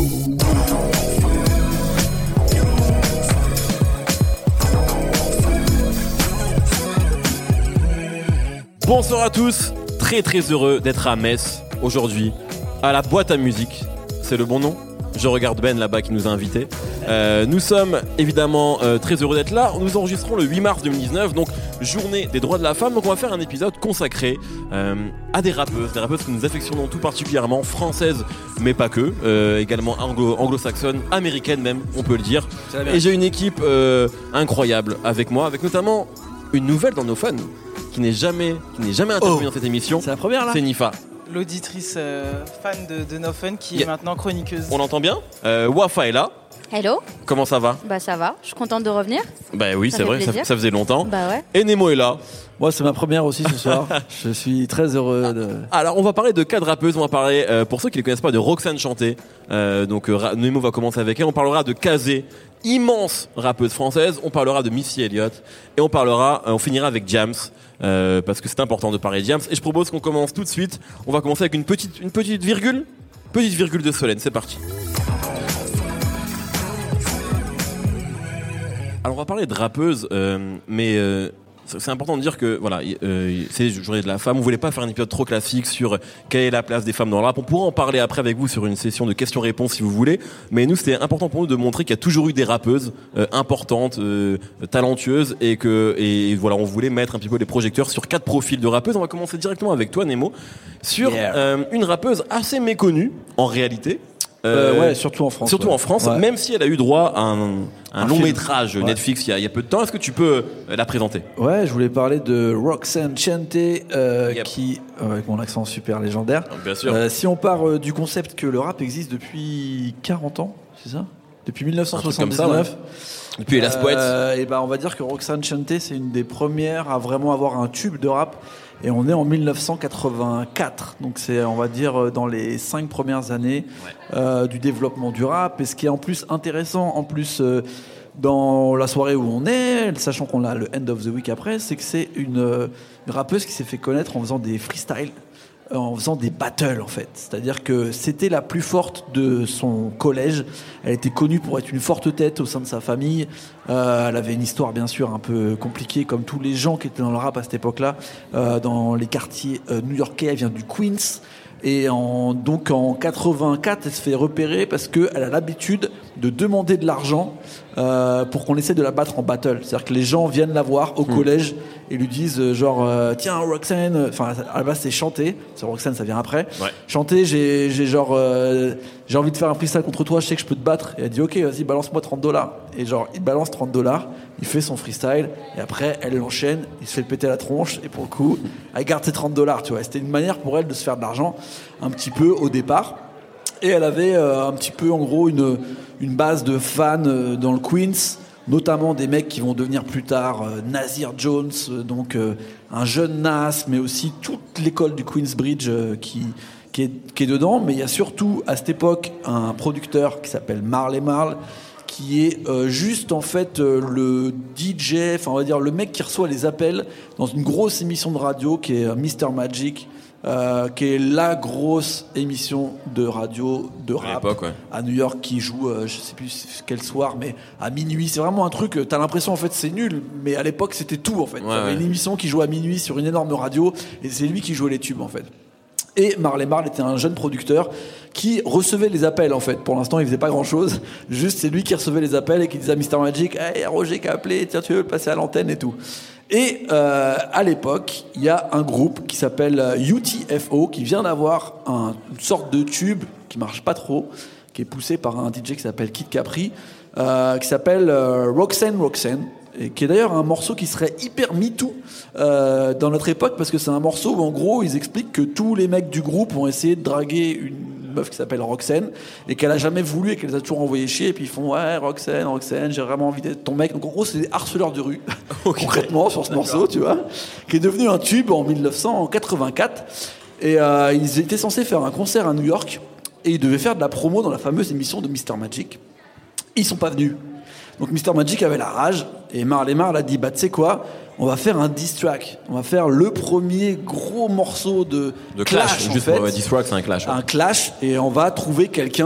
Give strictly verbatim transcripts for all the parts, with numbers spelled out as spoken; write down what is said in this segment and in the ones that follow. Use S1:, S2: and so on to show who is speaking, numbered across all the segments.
S1: Bonsoir à tous, très très heureux d'être à Metz aujourd'hui, à la boîte à musique, c'est le bon nom ? Je regarde Ben là-bas qui nous a invités. Euh, nous sommes évidemment euh, très heureux d'être là. Nous enregistrons le huit mars deux mille dix-neuf, donc journée des droits de la femme. Donc on va faire un épisode consacré euh, à des rappeuses, des rappeuses que nous affectionnons tout particulièrement, françaises, mais pas que, euh, également anglo- anglo-saxonnes, américaines même, on peut le dire. Et j'ai une équipe euh, incroyable avec moi, avec notamment une nouvelle dans nos fans qui n'est jamais, qui n'est jamais intervenue oh, dans cette émission.
S2: C'est la première là.
S1: C'est Nifa.
S3: L'auditrice euh, fan de, de No Fun qui yeah. est maintenant chroniqueuse.
S1: On l'entend bien. euh, Wafa est là.
S4: Hello.
S1: Comment ça va ?
S4: Bah ça va, je suis contente de revenir.
S1: Bah oui, ça c'est vrai, ça, ça faisait longtemps.
S4: Bah ouais.
S1: Et Nemo est là.
S2: Moi c'est ma première aussi ce soir. Je suis très heureux de...
S1: Alors on va parler de quatre rappeuses, on va parler, euh, pour ceux qui ne les connaissent pas, de Roxane Chanté. Euh, donc euh, Nemo va commencer avec elle. On parlera de Kazé, immense rappeuse française. On parlera de Missy Elliott. Et on parlera, euh, on finira avec Jams. Euh, parce que c'est important de parler de Jams. Et je propose qu'on commence tout de suite. On va commencer avec une petite, une petite virgule. Petite virgule de Solène, c'est parti. Alors on va parler de rappeuses, euh, mais euh, c'est important de dire que voilà, euh, c'est Journée de la femme. On voulait pas faire un épisode trop classique sur quelle est la place des femmes dans le rap. On pourra en parler après avec vous sur une session de questions-réponses si vous voulez. Mais nous, c'était important pour nous de montrer qu'il y a toujours eu des rappeuses euh, importantes, euh, talentueuses, et que et voilà, on voulait mettre un petit peu les projecteurs sur quatre profils de rappeuses. On va commencer directement avec toi, Nemo, sur yeah. euh, une rappeuse assez méconnue en réalité.
S2: Euh, ouais, surtout en France.
S1: Surtout
S2: ouais.
S1: en France,
S2: ouais.
S1: même si elle a eu droit à un, un, un long film. métrage ouais. Netflix il y, a, il y a peu de temps. Est-ce que tu peux la présenter ?
S2: Ouais, je voulais parler de Roxane Chanté, euh,
S1: yep.
S2: qui, euh, avec mon accent super légendaire.
S1: Bien sûr.
S2: Euh, si on part euh, du concept que le rap existe depuis quarante ans, c'est ça ? Depuis dix-neuf cent soixante-dix-neuf.
S1: Ça, ouais. Depuis Hélas Poète.
S2: Euh, et ben, on va dire que Roxane Chanté, c'est une des premières à vraiment avoir un tube de rap. Et on est en dix-neuf cent quatre-vingt-quatre, donc c'est, on va dire, dans les cinq premières années ouais. euh, du développement du rap. Et ce qui est en plus intéressant, en plus euh, dans la soirée où on est, sachant qu'on a le End of the Week après, c'est que c'est une, euh, une rappeuse qui s'est fait connaître en faisant des freestyles, euh, en faisant des battles en fait. C'est-à-dire que c'était la plus forte de son collège. Elle était connue pour être une forte tête au sein de sa famille. Euh, elle avait une histoire bien sûr un peu compliquée comme tous les gens qui étaient dans le rap à cette époque-là, euh, dans les quartiers euh, new-yorkais. Elle vient du Queens et en, donc en quatre-vingt-quatre elle se fait repérer parce qu'elle a l'habitude de demander de l'argent euh, pour qu'on essaie de la battre en battle. C'est-à-dire que les gens viennent la voir au mmh. collège et lui disent euh, genre euh, tiens Roxane, enfin à la base c'est chanter, c'est Roxane ça vient après.
S1: Ouais.
S2: Chanter, j'ai, j'ai genre euh, j'ai envie de faire un freestyle contre toi, je sais que je peux te battre. Et elle dit ok vas-y balance-moi trente dollars. Et genre il balance trente dollars, il fait son freestyle et après elle l'enchaîne, il se fait le péter la tronche et pour le coup elle garde ses trente dollars, tu vois. C'était une manière pour elle de se faire de l'argent un petit peu au départ. Et elle avait euh, un petit peu en gros une, une base de fans euh, dans le Queens, notamment des mecs qui vont devenir plus tard euh, Nasir Jones, euh, donc euh, un jeune Nas, mais aussi toute l'école du Queensbridge euh, qui, qui, est, qui est dedans. Mais il y a surtout à cette époque un producteur qui s'appelle Marley Marl, qui est euh, juste en fait euh, le D J, enfin on va dire le mec qui reçoit les appels dans une grosse émission de radio qui est euh, mister Magic. Euh, qui est la grosse émission de radio de rap
S1: à, ouais.
S2: à New York qui joue, euh, je sais plus quel soir, mais à minuit. C'est vraiment un truc, t'as l'impression en fait c'est nul, mais à l'époque c'était tout en fait.
S1: Ouais,
S2: Il y avait
S1: ouais.
S2: une émission qui jouait à minuit sur une énorme radio et c'est lui qui jouait les tubes en fait. Et Marley Marl était un jeune producteur qui recevait les appels en fait. Pour l'instant il faisait pas grand chose, juste c'est lui qui recevait les appels et qui disait à mister Magic hey, Roger qui a appelé, tiens tu veux le passer à l'antenne et tout. Et euh, à l'époque, il y a un groupe qui s'appelle U T F O qui vient d'avoir un, une sorte de tube qui marche pas trop, qui est poussé par un D J qui s'appelle Kid Capri, euh, qui s'appelle euh, Roxane Roxane, et qui est d'ailleurs un morceau qui serait hyper MeToo euh, dans notre époque parce que c'est un morceau où en gros ils expliquent que tous les mecs du groupe vont essayer de draguer une meuf qui s'appelle Roxane et qu'elle a jamais voulu et qu'elle les a toujours envoyés chier et puis ils font ouais Roxane Roxane j'ai vraiment envie d'être ton mec. Donc en gros c'est des harceleurs de rue okay. concrètement sur ce D'accord. morceau tu vois, qui est devenu un tube en dix-neuf cent quatre-vingt-quatre et euh, ils étaient censés faire un concert à New York et ils devaient faire de la promo dans la fameuse émission de mister Magic. Ils sont pas venus, donc mister Magic avait la rage et Marley Marl a dit bah tu sais quoi, on va faire un diss track. On va faire le premier gros morceau de,
S1: de
S2: clash,
S1: clash.
S2: en
S1: Juste
S2: fait.
S1: pour diss track, c'est un clash.
S2: Un ouais. clash, et on va trouver quelqu'un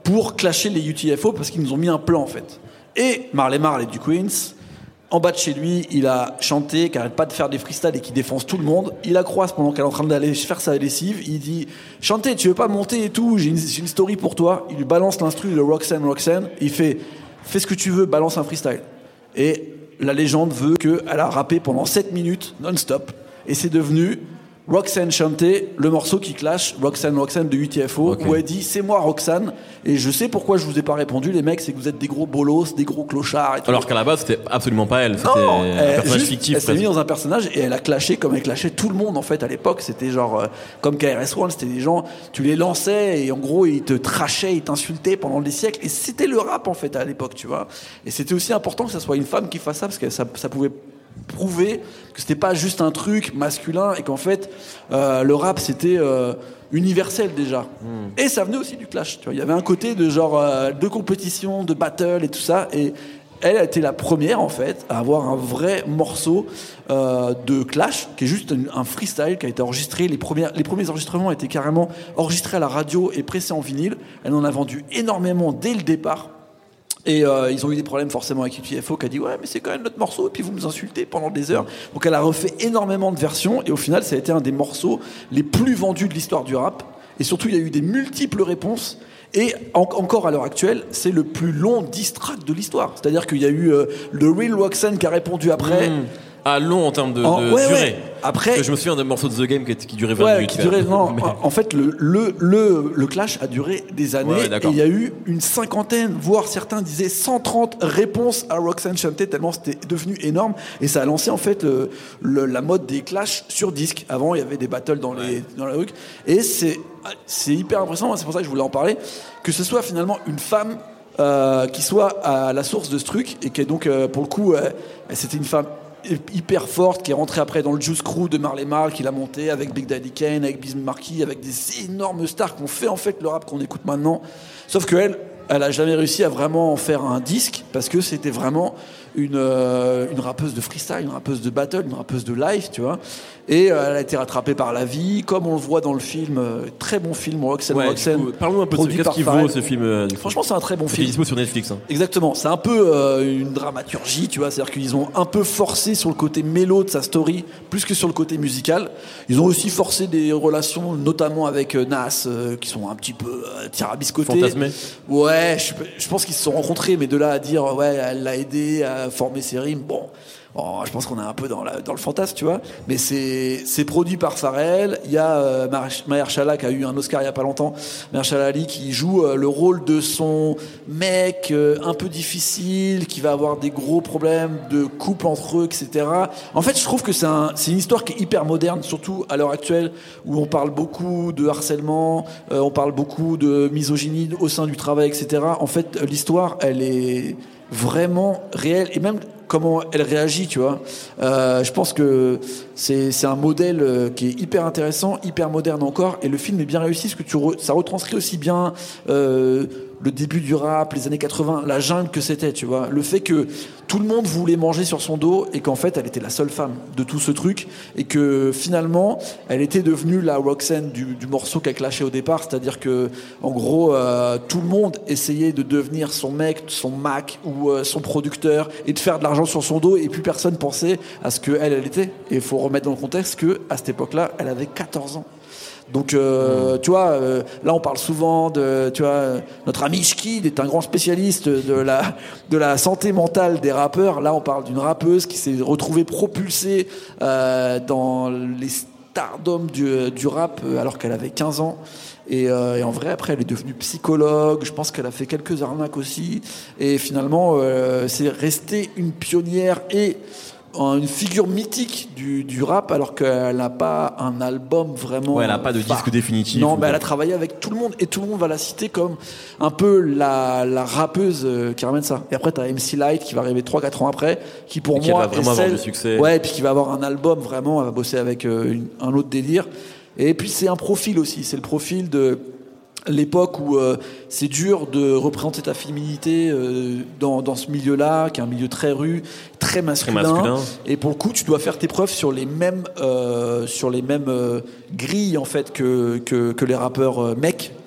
S2: pour clasher les U T F O parce qu'ils nous ont mis un plan en fait. Et Marley Marl est du Queens. En bas de chez lui, il a chanté, qui arrête pas de faire des freestyles et qui défonce tout le monde. Il la croise pendant qu'elle est en train d'aller faire sa lessive. Il dit « Chanter, tu veux pas monter et tout, j'ai une, j'ai une story pour toi. » Il lui balance l'instru de Roxanne, Roxanne. Il fait « Fais ce que tu veux, balance un freestyle. » Et la légende veut qu'elle a rappé pendant sept minutes non-stop. Et c'est devenu Roxanne chantait le morceau qui clash Roxanne Roxanne de U T F O, okay. Où elle dit c'est moi Roxanne et je sais pourquoi je vous ai pas répondu les mecs, c'est que vous êtes des gros bolos, des gros clochards et tout.
S1: Alors qu'à la base c'était absolument pas elle, c'était non, un
S2: elle,
S1: personnage
S2: juste,
S1: fictif.
S2: Elle s'est mise dans un personnage et elle a clashé comme elle clashait tout le monde en fait à l'époque. C'était genre euh, comme K R S One, c'était des gens, tu les lançais et en gros ils te trachaient, ils t'insultaient pendant des siècles et c'était le rap en fait à l'époque, tu vois. Et c'était aussi important que ça soit une femme qui fasse ça parce que ça, ça pouvait prouver que c'était pas juste un truc masculin et qu'en fait euh, le rap c'était euh, universel déjà. Mm. Et ça venait aussi du clash, tu vois. Il y avait un côté de genre euh, de compétition, de battle et tout ça, et elle a été la première en fait à avoir un vrai morceau euh, de clash qui est juste un, un freestyle qui a été enregistré. Les, premières, les premiers enregistrements étaient carrément enregistrés à la radio et pressés en vinyle. Elle en a vendu énormément dès le départ. Et euh, ils ont eu des problèmes forcément avec U T F O qui a dit ouais mais c'est quand même notre morceau et puis vous nous insultez pendant des heures. Donc elle a refait énormément de versions et au final ça a été un des morceaux les plus vendus de l'histoire du rap. Et surtout il y a eu des multiples réponses. Et en- encore à l'heure actuelle, c'est le plus long diss track de l'histoire. C'est-à-dire qu'il y a eu euh, le Real Roxanne qui a répondu après.
S1: Mmh. Ah, long en termes de,
S2: En-
S1: de
S2: ouais,
S1: durée.
S2: ouais. Après,
S1: je me souviens d'un morceau de The Game qui, qui durait vingt
S2: ouais,
S1: minutes.
S2: qui durait, non,
S1: Mais-
S2: en fait, le, le, le, le clash a duré des années.
S1: Ouais,
S2: et
S1: d'accord.
S2: il y a eu une cinquantaine, voire certains disaient cent trente réponses à Roxanne Chanté, tellement c'était devenu énorme. Et ça a lancé, en fait, le, le- la mode des clashs sur disque. Avant, il y avait des battles dans, les, dans la rue. Et c'est, c'est hyper impressionnant, c'est pour ça que je voulais en parler, que ce soit finalement une femme euh, qui soit à la source de ce truc, et qui est donc, euh, pour le coup, euh, c'était une femme hyper forte qui est rentrée après dans le Juice Crew de Marley Marl, qui l'a monté avec Big Daddy Kane, avec Biz Markie, avec des énormes stars qui ont fait en fait le rap qu'on écoute maintenant. Sauf qu'elle, elle a jamais réussi à vraiment en faire un disque parce que c'était vraiment une, euh, une rappeuse de freestyle, une rappeuse de battle, une rappeuse de live, tu vois. Et euh, elle a été rattrapée par la vie, comme on le voit dans le film, euh, très bon film, Roxanne
S1: Ouais,
S2: Roxanne.
S1: du coup, parlons un peu de ce
S2: produit
S1: qu'est-ce
S2: par
S1: qu'il
S2: Pharrell.
S1: vaut ce film. euh, du coup.
S2: Franchement, c'est un très bon
S1: Qui est
S2: film.
S1: dispo sur Netflix. Hein.
S2: Exactement, c'est un peu euh, une dramaturgie, tu vois, c'est-à-dire qu'ils ont un peu forcé sur le côté mélo de sa story, plus que sur le côté musical. Ils ont aussi forcé des relations, notamment avec euh, Nas, euh, qui sont un petit peu euh, tirabiscotés.
S1: Fantasmé.
S2: Ouais, je, je pense qu'ils se sont rencontrés, mais de là à dire, ouais, elle l'a aidé à former ses rimes, bon... Bon, je pense qu'on est un peu dans, la, dans le fantasme, tu vois. Mais c'est, c'est produit par Pharrell. Il y a euh, Mahershala qui a eu un Oscar il y a pas longtemps. Mahershala Ali qui joue euh, le rôle de son mec euh, un peu difficile, qui va avoir des gros problèmes de couple entre eux, et cetera. En fait, je trouve que c'est, un, c'est une histoire qui est hyper moderne, surtout à l'heure actuelle, où on parle beaucoup de harcèlement, euh, on parle beaucoup de misogynie au sein du travail, et cetera. En fait, l'histoire, elle est vraiment réelle. Et même... comment elle réagit, tu vois. Euh, je pense que c'est, c'est un modèle euh, qui est hyper intéressant, hyper moderne encore, et le film est bien réussi parce que tu re, ça retranscrit aussi bien euh, le début du rap, les années quatre-vingts, la jungle que c'était, tu vois. Le fait que tout le monde voulait manger sur son dos et qu'en fait, elle était la seule femme de tout ce truc et que finalement, elle était devenue la Roxanne du, du morceau qu'elle clashait au départ, c'est-à-dire que, en gros, euh, tout le monde essayait de devenir son mec, son Mac ou euh, son producteur et de faire de l'argent sur son dos et plus personne pensait à ce qu'elle, elle était. Et il faut remettre dans le contexte qu'à cette époque-là, elle avait quatorze ans. Donc, euh, tu vois, euh, là, on parle souvent de, tu vois, euh, notre ami Shkid est un grand spécialiste de la, de la santé mentale des rappeurs. Là, on parle d'une rappeuse qui s'est retrouvée propulsée euh, dans les stardom du, du rap euh, alors qu'elle avait quinze ans. Et, euh, et en vrai, après, elle est devenue psychologue. Je pense qu'elle a fait quelques arnaques aussi. Et finalement, euh, c'est resté une pionnière et une figure mythique du, du rap, alors qu'elle n'a pas un album vraiment.
S1: Ouais, elle n'a pas de
S2: phare.
S1: disque définitif.
S2: Non,
S1: ou
S2: mais elle
S1: quoi.
S2: a travaillé avec tout le monde et tout le monde va la citer comme un peu la, la rappeuse euh, qui ramène ça. Et après, t'as M C Lyte qui va arriver trois quatre ans après, qui pour
S1: Et qui
S2: moi
S1: va vraiment
S2: est
S1: avoir
S2: celle.
S1: du succès.
S2: Ouais, et puis qui va avoir un album vraiment. Elle va bosser avec euh, une- un autre délire. Et puis c'est un profil aussi. C'est le profil de l'époque où euh, c'est dur de représenter ta féminité euh, dans, dans ce milieu-là, qui est un milieu très rude, très masculin.
S1: Très masculin.
S2: Et pour le coup, tu dois faire tes preuves sur les mêmes, euh, sur les mêmes euh, grilles en fait que, que, que les rappeurs euh, mecs.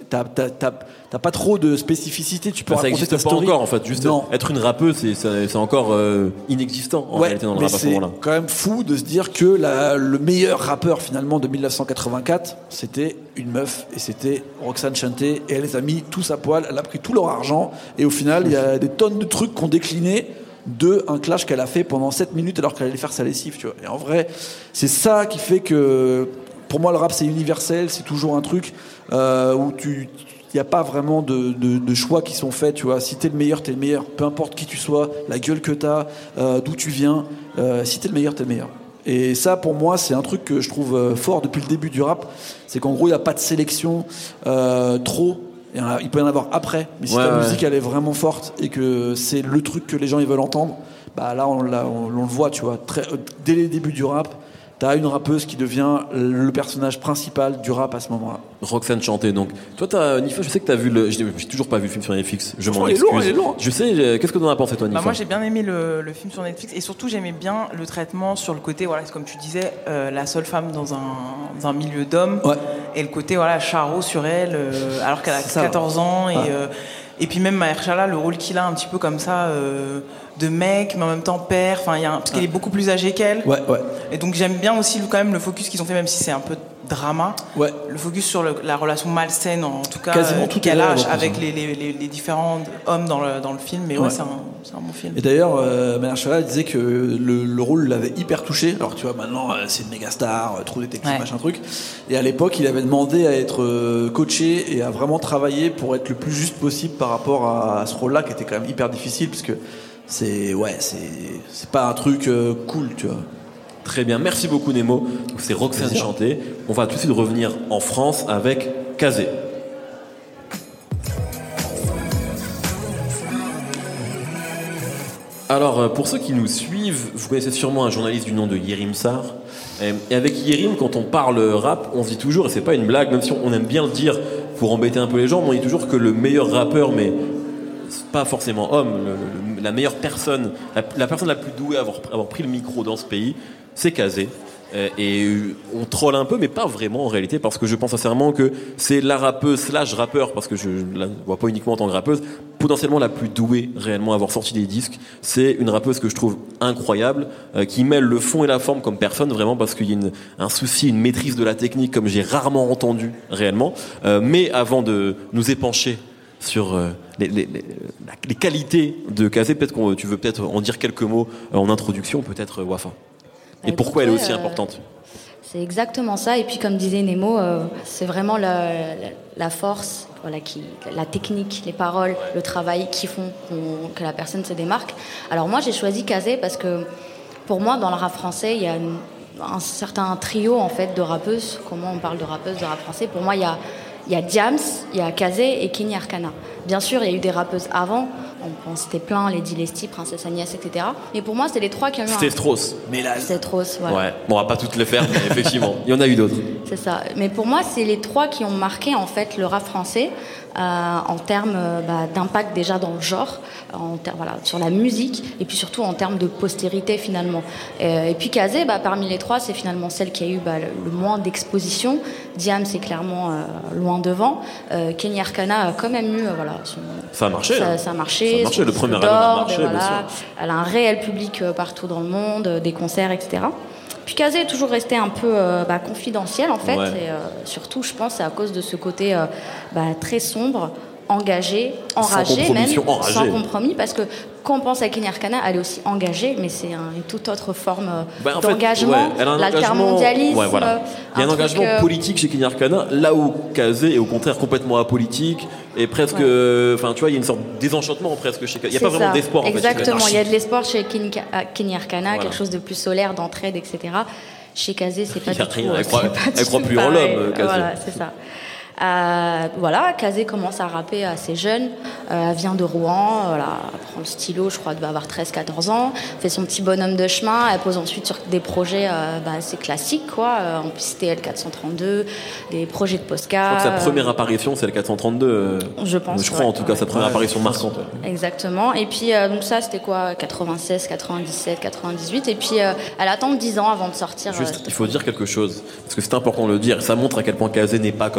S2: t'as, t'as, t'as, t'as pas trop de spécificité, tu peux
S1: Enfin, ça
S2: raconter ta
S1: n'existe pas
S2: story.
S1: encore en fait, juste
S2: non.
S1: être une rappeuse c'est, c'est, c'est encore euh, inexistant en
S2: ouais,
S1: réalité dans le
S2: mais
S1: rap à ce
S2: c'est
S1: moment-là.
S2: quand même fou de se dire que la, le meilleur rappeur finalement de dix-neuf cent quatre-vingt-quatre c'était une meuf et c'était Roxane Chanté et elle les a mis tous à poil, elle a pris tout leur argent et au final il y a des tonnes de trucs qu'on décliné de un clash qu'elle a fait pendant sept minutes alors qu'elle allait faire sa lessive, tu vois. Et en vrai c'est ça qui fait que pour moi le rap c'est universel, c'est toujours un truc euh, où tu il n'y a pas vraiment de, de, de choix qui sont faits, tu vois. Si t'es le meilleur, t'es le meilleur. Peu importe qui tu sois, la gueule que t'as, euh, d'où tu viens. Euh, si t'es le meilleur, t'es le meilleur. Et ça, pour moi, c'est un truc que je trouve euh, fort depuis le début du rap. C'est qu'en gros, il n'y a pas de sélection euh, trop. Il, y en a, il peut y en avoir après. Mais si
S1: ouais,
S2: ta
S1: ouais.
S2: musique, elle est vraiment forte et que c'est le truc que les gens ils veulent entendre, bah là, on, là, on, on le voit, tu vois. Très, dès les débuts du rap, t'as une rappeuse qui devient le personnage principal du rap à ce moment-là.
S1: Roxane Chanté, donc. Toi, t'as, Nifa, je sais que t'as vu le. J'ai, j'ai toujours pas vu le film sur Netflix. Je m'en
S2: il est
S1: excuse.
S2: lourd, il est lourd.
S1: Je sais, euh, qu'est-ce que t'en as pensé, toi, Nifa?
S3: Bah moi j'ai bien aimé le, le film sur Netflix et surtout j'aimais bien le traitement sur le côté, voilà, comme tu disais, euh, la seule femme dans un, dans un milieu d'hommes
S2: ouais.
S3: et le côté voilà, Charo sur elle euh, alors qu'elle a
S2: C'est
S3: quatorze
S2: ça.
S3: ans et,
S2: ouais.
S3: euh, et puis même Mahershala, le rôle qu'il a un petit peu comme ça euh, de mec mais en même temps père, enfin, il y a un, parce qu'elle est beaucoup plus âgée qu'elle
S2: Ouais, ouais.
S3: et donc j'aime bien aussi quand même le focus qu'ils ont fait même si c'est un peu drama,
S2: ouais.
S3: le focus sur le, la relation malsaine en tout cas
S2: Quasiment
S3: euh,
S2: tout
S3: qu'elle
S2: est là,
S3: a
S2: donc,
S3: avec les, les, les, les différents hommes dans le, dans le film mais ouais, ouais c'est, un, c'est un bon film.
S2: Et d'ailleurs euh, Mahershala disait que le, le rôle l'avait hyper touché, alors tu vois maintenant euh, c'est une méga star, euh, trop détective ouais. machin truc, et à l'époque il avait demandé à être euh, coaché et à vraiment travailler pour être le plus juste possible par rapport à, à ce rôle là qui était quand même hyper difficile parce que c'est ouais c'est, c'est pas un truc euh, cool, tu vois.
S1: Très bien, merci beaucoup Nemo. C'est Roxane Chanté. On va tout de suite revenir en France avec Kazé. Alors, pour ceux qui nous suivent, vous connaissez sûrement un journaliste du nom de Yerim Sar. Et avec Yerim, quand on parle rap, on se dit toujours, et c'est pas une blague, même si on aime bien le dire pour embêter un peu les gens, mais on dit toujours que le meilleur rappeur, mais pas forcément homme, le, le, la meilleure personne, la, la personne la plus douée à avoir, avoir pris le micro dans ce pays, c'est Kazé. Et on troll un peu, mais pas vraiment en réalité, parce que je pense sincèrement que c'est la rappeuse slash rappeur, parce que je la vois pas uniquement en tant que rappeuse, potentiellement la plus douée réellement à avoir sorti des disques. C'est une rappeuse que je trouve incroyable, euh, qui mêle le fond et la forme comme personne, vraiment, parce qu'il y a une, un souci, une maîtrise de la technique comme j'ai rarement entendu réellement. Euh, mais avant de nous épancher sur euh, les, les, les, les qualités de Kazé, peut-être que tu veux peut-être en dire quelques mots euh, en introduction, peut-être Wafa. Et pourquoi elle est aussi importante?
S4: euh, C'est exactement ça. Et puis, comme disait Nemo, euh, c'est vraiment la, la, la force, voilà, qui, la technique, les paroles, le travail qui font qu'on, que la personne se démarque. Alors moi, j'ai choisi Kazé parce que, pour moi, dans le rap français, il y a une, un certain trio en fait de rappeuses. Comment on parle de rappeuses de rap français? Pour moi, il y a il y a Diams, il y a Kazé et Kenny Arcana. Bien sûr, il y a eu des rappeuses avant. On, on s'était plein, Lady Leslie, Princesse Agnès, et cetera. Mais pour moi, c'est les trois qui ont eu
S1: C'était
S4: un...
S1: Strauss.
S2: Mais là...
S4: C'était Strauss, voilà.
S1: Ouais. Bon, on va pas toutes les faire, mais effectivement, il y en a eu d'autres.
S4: C'est ça. Mais pour moi, c'est les trois qui ont marqué en fait le rap français euh, en termes euh, bah, d'impact déjà dans le genre, en ter- voilà, sur la musique, et puis surtout en termes de postérité finalement. Euh, et puis Kazé, bah, parmi les trois, c'est finalement celle qui a eu bah, le, le moins d'exposition. Diam, c'est clairement euh, loin devant. Euh, Kenny Arcana a quand même eu, euh, voilà, son,
S1: ça a marché.
S4: Ça,
S1: hein.
S4: ça a marché.
S1: Ça a marché. Le premier album a marché,
S4: voilà.
S1: bien sûr.
S4: Elle a un réel public euh, partout dans le monde, euh, des concerts, et cetera. Puis Kazé est toujours resté un peu euh, bah, confidentiel en fait,
S1: ouais.
S4: et euh, surtout je pense c'est à cause de ce côté euh, bah, très sombre, engagé, enragé même,
S1: enragé.
S4: sans compromis, parce que quand on pense à Kenny Arcana, elle est aussi engagée, mais c'est un, une toute autre forme
S1: bah, en
S4: d'engagement,
S1: fait, ouais,
S4: l'altermondialisme.
S1: Ouais, voilà. Il y a un, un engagement truc, euh... politique chez Kenny Arcana, là où Kazé est au contraire complètement apolitique et presque, enfin ouais. tu vois, il y a une sorte de désenchantement presque chez Kazé. Il n'y a pas ça. Vraiment d'espoir.
S4: Exactement,
S1: en fait,
S4: il y a de l'espoir chez Kenny, Kenny Arcana, voilà. Quelque chose de plus solaire, d'entraide, et cetera. Chez Kazé, c'est pas
S1: il y a
S4: du
S1: rien,
S4: tout.
S1: Elle croit, elle croit plus en l'homme, Kazé.
S4: Voilà, c'est ça. Euh, voilà, Kazé commence à rapper assez jeune, euh, elle vient de Rouen, voilà, elle prend le stylo, je crois qu'elle doit avoir treize quatorze ans, fait son petit bonhomme de chemin, elle pose ensuite sur des projets euh, bah, assez classiques, quoi, euh, en plus T L quatre cent trente-deux, des projets de Posca.
S1: Je crois que sa première apparition, c'est le quatre cent trente-deux. Euh,
S4: je pense.
S1: Je crois
S4: ouais,
S1: en tout cas,
S4: ouais,
S1: sa première
S4: ouais,
S1: apparition marquante. Ouais.
S4: Exactement, et puis euh, donc ça c'était quoi, quatre-vingt-seize, quatre-vingt-dix-sept, quatre-vingt-dix-huit, et puis euh, elle attend dix ans avant de sortir.
S1: Juste,
S4: euh,
S1: il faut dire quelque chose, parce que c'est important de le dire, ça montre à quel point Kazé n'est pas comme les autres personnes.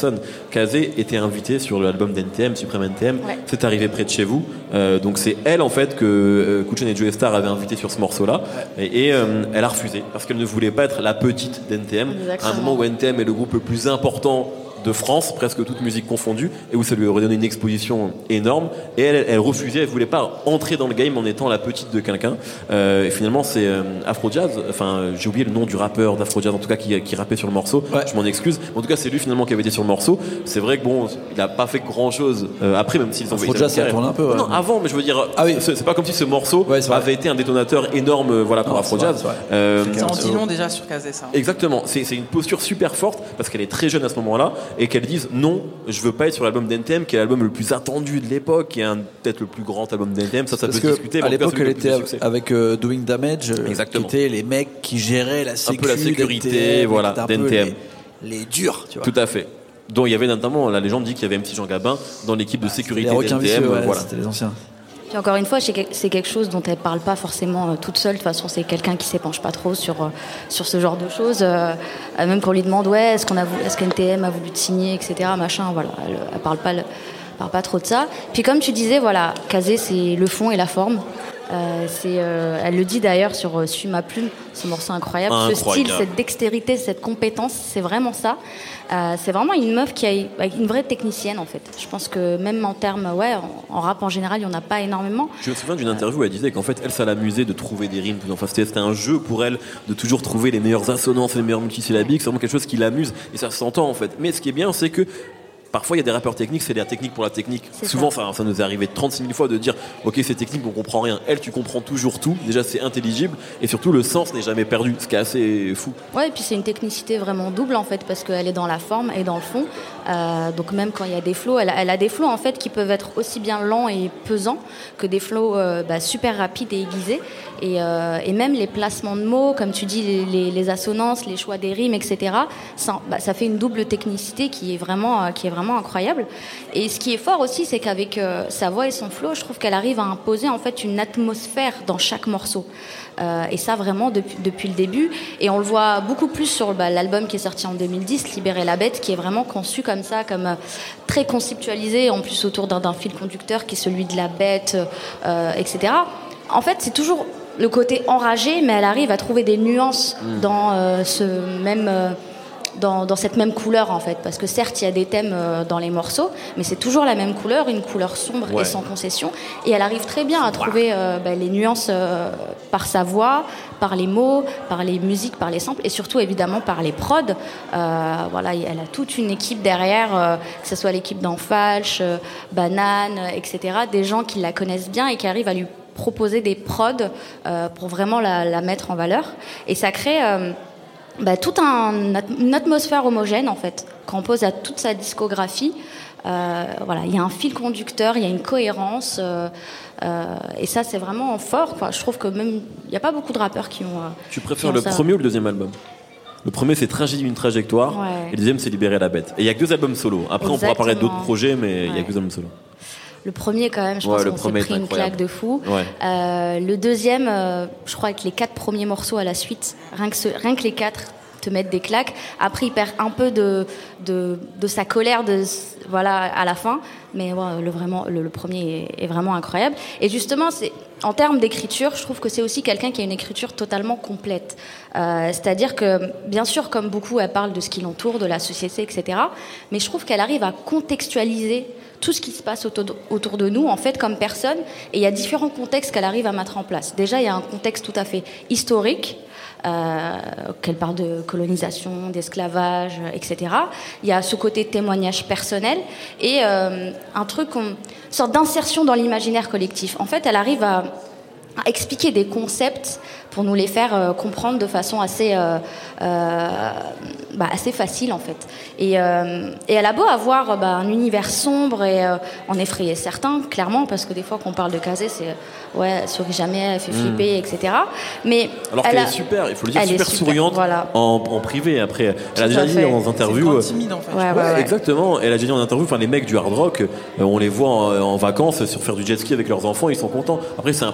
S1: personne. Kazé était invitée sur l'album d'N T M, Supreme N T M.
S4: Ouais.
S1: C'est arrivé près de chez vous. Euh, donc c'est elle en fait que euh, Kuchen et Joey Star avaient invité sur ce morceau-là. Ouais. Et, et euh, elle a refusé parce qu'elle ne voulait pas être la petite d'N T M.
S4: Exactement.
S1: À un moment où N T M est le groupe le plus important de France, presque toute musique confondue, et où ça lui aurait donné une exposition énorme. Et elle, elle refusait, elle voulait pas entrer dans le game en étant la petite de quelqu'un. Euh, et finalement, c'est euh, Afro-Jazz, enfin, j'ai oublié le nom du rappeur d'Afro-Jazz, en tout cas, qui, qui rappait sur le morceau. Ouais. Je m'en excuse. En tout cas, c'est lui finalement qui avait été sur le morceau. C'est vrai que bon, il a pas fait grand chose euh, après, même s'ils ont
S2: Afro-Jazz, ça tourne un peu. Ouais.
S1: Non, avant, mais je veux dire, ah oui. c'est, c'est pas comme si ce morceau ouais, avait été un détonateur énorme, euh, voilà, pour non, Afro-Jazz.
S3: Euh, ça en dit long déjà sur Kazé, ça.
S1: Exactement. C'est, c'est une posture super forte parce qu'elle est très jeune à ce moment-là et qu'elle dise non. Je veux pas être sur l'album d'N T M qui est l'album le plus attendu de l'époque, qui est un, peut-être le plus grand album d'N T M. Ça, ça
S2: Parce
S1: peut se discuter.
S2: À l'époque, elle était avec euh, Doing Damage,
S1: Exactement.
S2: qui étaient les mecs qui géraient la, sécu,
S1: un peu la sécurité, voilà, d'N T M.
S2: Les, les durs, tu vois.
S1: Tout à fait. Dont il y avait notamment, la légende dit qu'il y avait M C Jean Gabin dans l'équipe de sécurité d'N T M.
S2: Vicieux, ouais,
S1: voilà.
S2: C'était les anciens.
S4: Puis encore une fois, c'est quelque chose dont elle parle pas forcément euh, toute seule. De toute façon, c'est quelqu'un qui s'épanche pas trop sur, euh, sur ce genre de choses. Euh, même quand on lui demande, ouais, est-ce qu'on a voulu, est-ce qu'N T M a voulu te signer, et cetera. Machin, voilà. Elle, elle parle pas, le, parle pas trop de ça. Puis comme tu disais, voilà, Kazé, c'est le fond et la forme. Euh, c'est, euh, elle le dit d'ailleurs sur euh, Suis ma plume, ce morceau incroyable. incroyable. Ce style, cette dextérité, cette compétence, c'est vraiment ça. Euh, c'est vraiment une meuf qui a une vraie technicienne en fait. Je pense que même en termes, ouais, en, en rap en général, il n'y en a pas énormément.
S1: Je me souviens d'une interview où elle disait qu'en fait, elle, ça l'amusait de trouver des rimes. Enfin, c'était, c'était un jeu pour elle de toujours trouver les meilleures assonances, les meilleurs multisyllabiques. C'est vraiment quelque chose qui l'amuse et ça s'entend en fait. Mais ce qui est bien, c'est que parfois, il y a des rappeurs techniques, c'est la technique pour la technique. C'est Souvent, ça. Ça, ça nous est arrivé trente-six mille fois de dire ok, c'est technique, on comprend rien. Elle, tu comprends toujours tout. Déjà, c'est intelligible et surtout, le sens n'est jamais perdu, ce qui est assez fou.
S4: Ouais, et puis c'est une technicité vraiment double en fait, parce qu'elle est dans la forme et dans le fond. Euh, donc même quand il y a des flows, elle, elle a des flows en fait qui peuvent être aussi bien lents et pesants que des flows euh, bah, super rapides et aiguisés. Et, euh, et même les placements de mots, comme tu dis, les, les, les assonances, les choix des rimes, et cetera. Ça, bah, ça fait une double technicité qui est vraiment, euh, qui est vraiment incroyable. Et ce qui est fort aussi, c'est qu'avec euh, sa voix et son flow, je trouve qu'elle arrive à imposer en fait une atmosphère dans chaque morceau. Euh, et ça vraiment depuis, depuis le début. Et on le voit beaucoup plus sur bah, l'album qui est sorti en deux mille dix, Libérer la bête, qui est vraiment conçu comme ça, comme euh, très conceptualisé, en plus autour d'un, d'un fil conducteur qui est celui de la bête, euh, et cetera. En fait, c'est toujours le côté enragé, mais elle arrive à trouver des nuances mmh. dans euh, ce même euh, dans, dans cette même couleur en fait, parce que certes il y a des thèmes euh, dans les morceaux, mais c'est toujours la même couleur, une couleur sombre ouais. et sans concession, et elle arrive très bien à trouver euh, bah, les nuances euh, par sa voix, par les mots, par les musiques, par les samples, et surtout évidemment par les prods. Euh, voilà, elle a toute une équipe derrière, euh, que ce soit l'équipe d'Enfalche, euh, Banane, et cetera, des gens qui la connaissent bien et qui arrivent à lui proposer des prods euh, pour vraiment la, la mettre en valeur, et ça crée euh, bah, toute un, une atmosphère homogène en fait, quand on pose à toute sa discographie. Euh, voilà, il y a un fil conducteur, il y a une cohérence, euh, euh, et ça c'est vraiment fort quoi. Je trouve que même il n'y a pas beaucoup de rappeurs qui ont. Euh,
S1: tu préfères le ça. premier ou le deuxième album? Le premier c'est Tragédie d'une trajectoire, ouais. et le deuxième c'est Libérer la bête. Et il y a que deux albums solo. Après Exactement. On pourra parler d'autres projets, mais ouais. il y a que deux albums solo.
S4: Le premier, quand même, je
S1: ouais,
S4: pense qu'on s'est pris une claque de fou.
S1: Ouais.
S4: Euh, le deuxième, euh, je crois que les quatre premiers morceaux à la suite, rien que, ce, rien que les quatre te mettent des claques. Après, il perd un peu de, de, de sa colère de, voilà, à la fin. Mais ouais, le, vraiment, le, le premier est, est vraiment incroyable. Et justement, c'est, en termes d'écriture, je trouve que c'est aussi quelqu'un qui a une écriture totalement complète. Euh, c'est-à-dire que, bien sûr, comme beaucoup, elle parle de ce qui l'entoure, de la société, et cetera. Mais je trouve qu'elle arrive à contextualiser tout ce qui se passe autour de, autour de nous, en fait, comme personne. Et il y a différents contextes qu'elle arrive à mettre en place. Déjà, il y a un contexte tout à fait historique, euh, qu'elle parle de colonisation, d'esclavage, et cetera. Il y a ce côté témoignage personnel et euh, un truc, une sorte d'insertion dans l'imaginaire collectif. En fait, elle arrive à, à expliquer des concepts pour nous les faire euh, comprendre de façon assez, euh, euh, bah, assez facile en fait. Et, euh, et elle a beau avoir bah, un univers sombre et euh, en effrayer certains, clairement, parce que des fois qu'on parle de Kazé, c'est ouais, souris jamais, elle fait flipper, mmh. et cetera. Mais
S1: alors qu'elle a, est super, il faut le dire, super, super souriante voilà. en, en privé. Après, elle Tout a déjà dit en interview.
S3: C'est timide en fait.
S4: Ouais, ouais,
S1: ouais,
S4: ouais.
S1: Exactement. Elle a déjà dit en interview, enfin les mecs du hard rock, euh, on les voit en, en vacances sur faire du jet ski avec leurs enfants, ils sont contents. Après, c'est un personnage.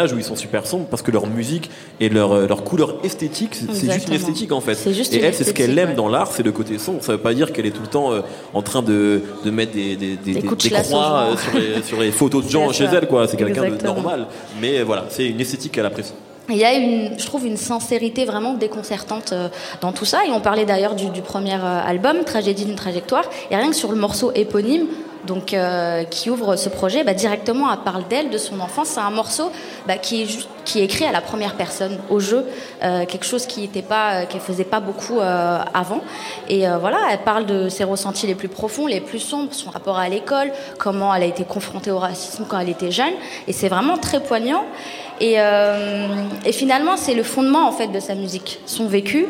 S1: personnages où ils sont super sombres parce que leur musique et leur, leur couleur esthétique, c'est, c'est juste une esthétique en fait.
S4: C'est juste
S1: et
S4: une
S1: elle, c'est ce qu'elle aime
S4: ouais.
S1: dans l'art, c'est le côté sombre. Ça veut pas dire qu'elle est tout le temps euh, en train de, de mettre des, des, des, des, des croix euh, sur, les, sur les photos de gens chez elle, quoi. C'est quelqu'un Exactement. de normal. Mais voilà, c'est une esthétique qu'elle apprécie.
S4: Il y a une, je trouve, une sincérité vraiment déconcertante euh, dans tout ça. Et on parlait d'ailleurs du, du premier euh, album, Tragédie d'une trajectoire. Et rien que sur le morceau éponyme, donc euh, qui ouvre ce projet, bah, directement, elle parle d'elle, de son enfance. C'est un morceau bah, qui, est juste, qui est écrit à la première personne, au jeu, euh, quelque chose qui était pas, euh, qu'elle faisait pas beaucoup euh, avant. Et euh, voilà, elle parle de ses ressentis les plus profonds, les plus sombres, son rapport à l'école, comment elle a été confrontée au racisme quand elle était jeune. Et c'est vraiment très poignant. Et, euh, et finalement, c'est le fondement en fait de sa musique, son vécu,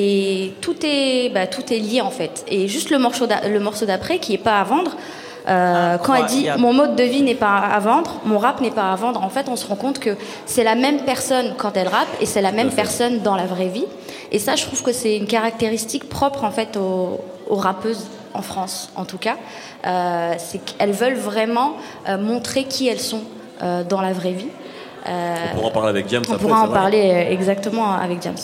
S4: et tout est, bah, tout est lié en fait. Et juste le morceau, d'a, le morceau d'après, qui est pas à vendre. Euh, ah, quand elle dit a... mon mode de vie n'est pas à vendre, mon rap n'est pas à vendre, en fait, on se rend compte que c'est la même personne quand elle rappe et c'est la même personne dans la vraie vie. Et ça, je trouve que c'est une caractéristique propre en fait aux, aux rappeuses en France, en tout cas. Euh, c'est qu'elles veulent vraiment euh, montrer qui elles sont euh, dans la vraie vie.
S1: Euh, on pourra en parler avec Diams.
S4: On
S1: après,
S4: pourra en
S1: vrai.
S4: parler euh, exactement avec Diams.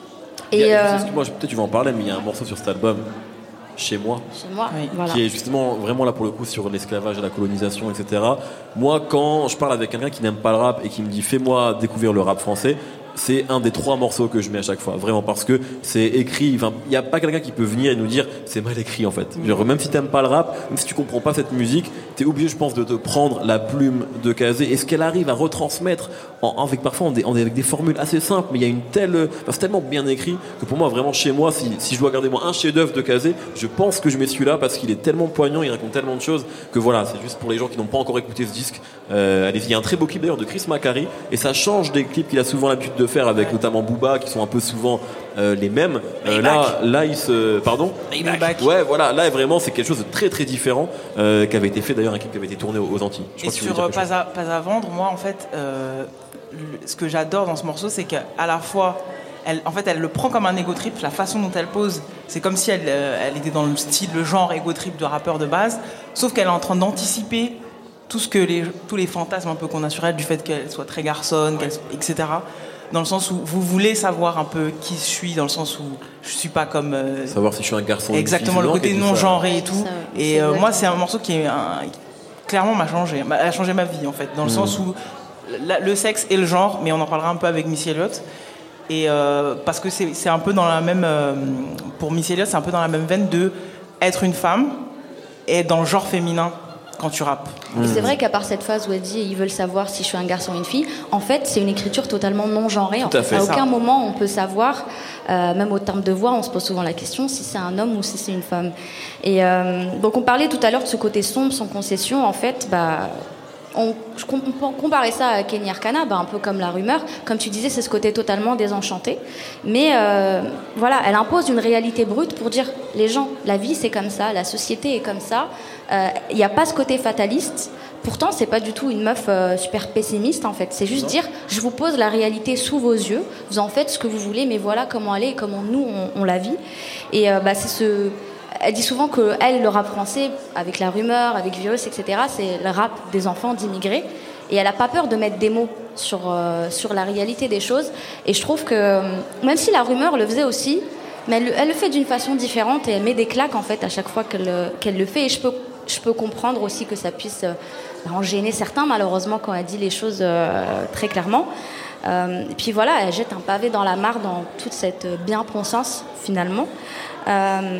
S1: Et a, euh, moi, peut-être tu vas en parler, mais il y a un morceau sur cet album, Chez moi,
S4: Chez moi oui. voilà.
S1: qui est justement vraiment là pour le coup sur l'esclavage et la colonisation, et cetera. Moi, quand je parle avec quelqu'un qui n'aime pas le rap et qui me dit fais-moi découvrir le rap français, c'est un des trois morceaux que je mets à chaque fois, vraiment, parce que c'est écrit. Enfin, il n'y a pas quelqu'un qui peut venir et nous dire c'est mal écrit en fait. Genre, même si t'aimes pas le rap, même si tu comprends pas cette musique, t'es obligé, je pense, de te prendre la plume de Kazé et ce qu'elle arrive à retransmettre en, avec parfois en des, en des, avec des formules assez simples, mais il y a une telle, enfin, c'est tellement bien écrit que pour moi, vraiment, chez moi, si, si je dois garder moi un chef-d'œuvre de Kazé, je pense que je mets celui-là parce qu'il est tellement poignant, il raconte tellement de choses que voilà, c'est juste pour les gens qui n'ont pas encore écouté ce disque. Euh, allez-y, il y a un très beau clip d'ailleurs de Chris Macari et ça change des clips qu'il a souvent l'habitude de faire avec notamment Booba qui sont un peu souvent euh, les mêmes. Euh, là, là, il se, pardon. Ouais, voilà. Là, vraiment, c'est quelque chose de très très différent euh, qui avait été fait d'ailleurs un clip qui avait été tourné aux, aux Antilles. Je
S3: et sur euh, pas, à, pas à vendre, moi en fait, euh, le, ce que j'adore dans ce morceau, c'est qu'à la fois, elle, en fait, elle le prend comme un ego trip. La façon dont elle pose, c'est comme si elle, euh, elle était dans le style, le genre ego trip de rappeur de base, sauf qu'elle est en train d'anticiper tout ce que les, tous les fantasmes un peu qu'on a sur elle, du fait qu'elle soit très garçonne, qu'elle, et cetera. Dans le sens où vous voulez savoir un peu qui je suis, dans le sens où je suis pas comme euh,
S1: savoir si je suis un garçon.
S3: Exactement, le côté non genré et tout. Ça, et euh, moi, c'est un morceau qui est un, clairement m'a changé, a changé ma vie en fait, dans le mmh. sens où la, le sexe et le genre, mais on en parlera un peu avec Missy Elliott. Et euh, parce que c'est, c'est un peu dans la même, euh, pour Missy Elliott, c'est un peu dans la même veine de être une femme et être dans le genre féminin. Quand tu rappes.
S4: Mmh. C'est vrai qu'à part cette phase où elle dit ils veulent savoir si je suis un garçon ou une fille, en fait c'est une écriture totalement non genrée. En
S1: Tout à
S4: fait,
S1: fait.
S4: À
S1: ça.
S4: aucun moment on peut savoir, euh, même au terme de voix, on se pose souvent la question si c'est un homme ou si c'est une femme. Et euh, donc on parlait tout à l'heure de ce côté sombre, sans concession. En fait, bah, on, je comparais ça à Kenny Arcana, bah, un peu comme La Rumeur. Comme tu disais, c'est ce côté totalement désenchanté. Mais euh, voilà, elle impose une réalité brute pour dire les gens, la vie c'est comme ça, la société est comme ça. Il euh, n'y a pas ce côté fataliste. Pourtant, c'est pas du tout une meuf euh, super pessimiste en fait. C'est juste non. dire, je vous pose la réalité sous vos yeux. Vous en faites ce que vous voulez, mais voilà comment elle est et comment nous on, on la vit. Et euh, bah, c'est ce. Elle dit souvent que elle, le rap français, avec La Rumeur, avec Virus, et cetera, c'est le rap des enfants d'immigrés. Et elle n'a pas peur de mettre des mots sur euh, sur la réalité des choses. Et je trouve que même si La Rumeur le faisait aussi, mais elle, elle le fait d'une façon différente et elle met des claques en fait à chaque fois qu'elle qu'elle le fait. Et je peux je peux comprendre aussi que ça puisse en gêner certains, malheureusement, quand elle dit les choses euh, très clairement. Euh, et puis voilà, elle jette un pavé dans la mare dans toute cette bien-pensance, finalement. Euh,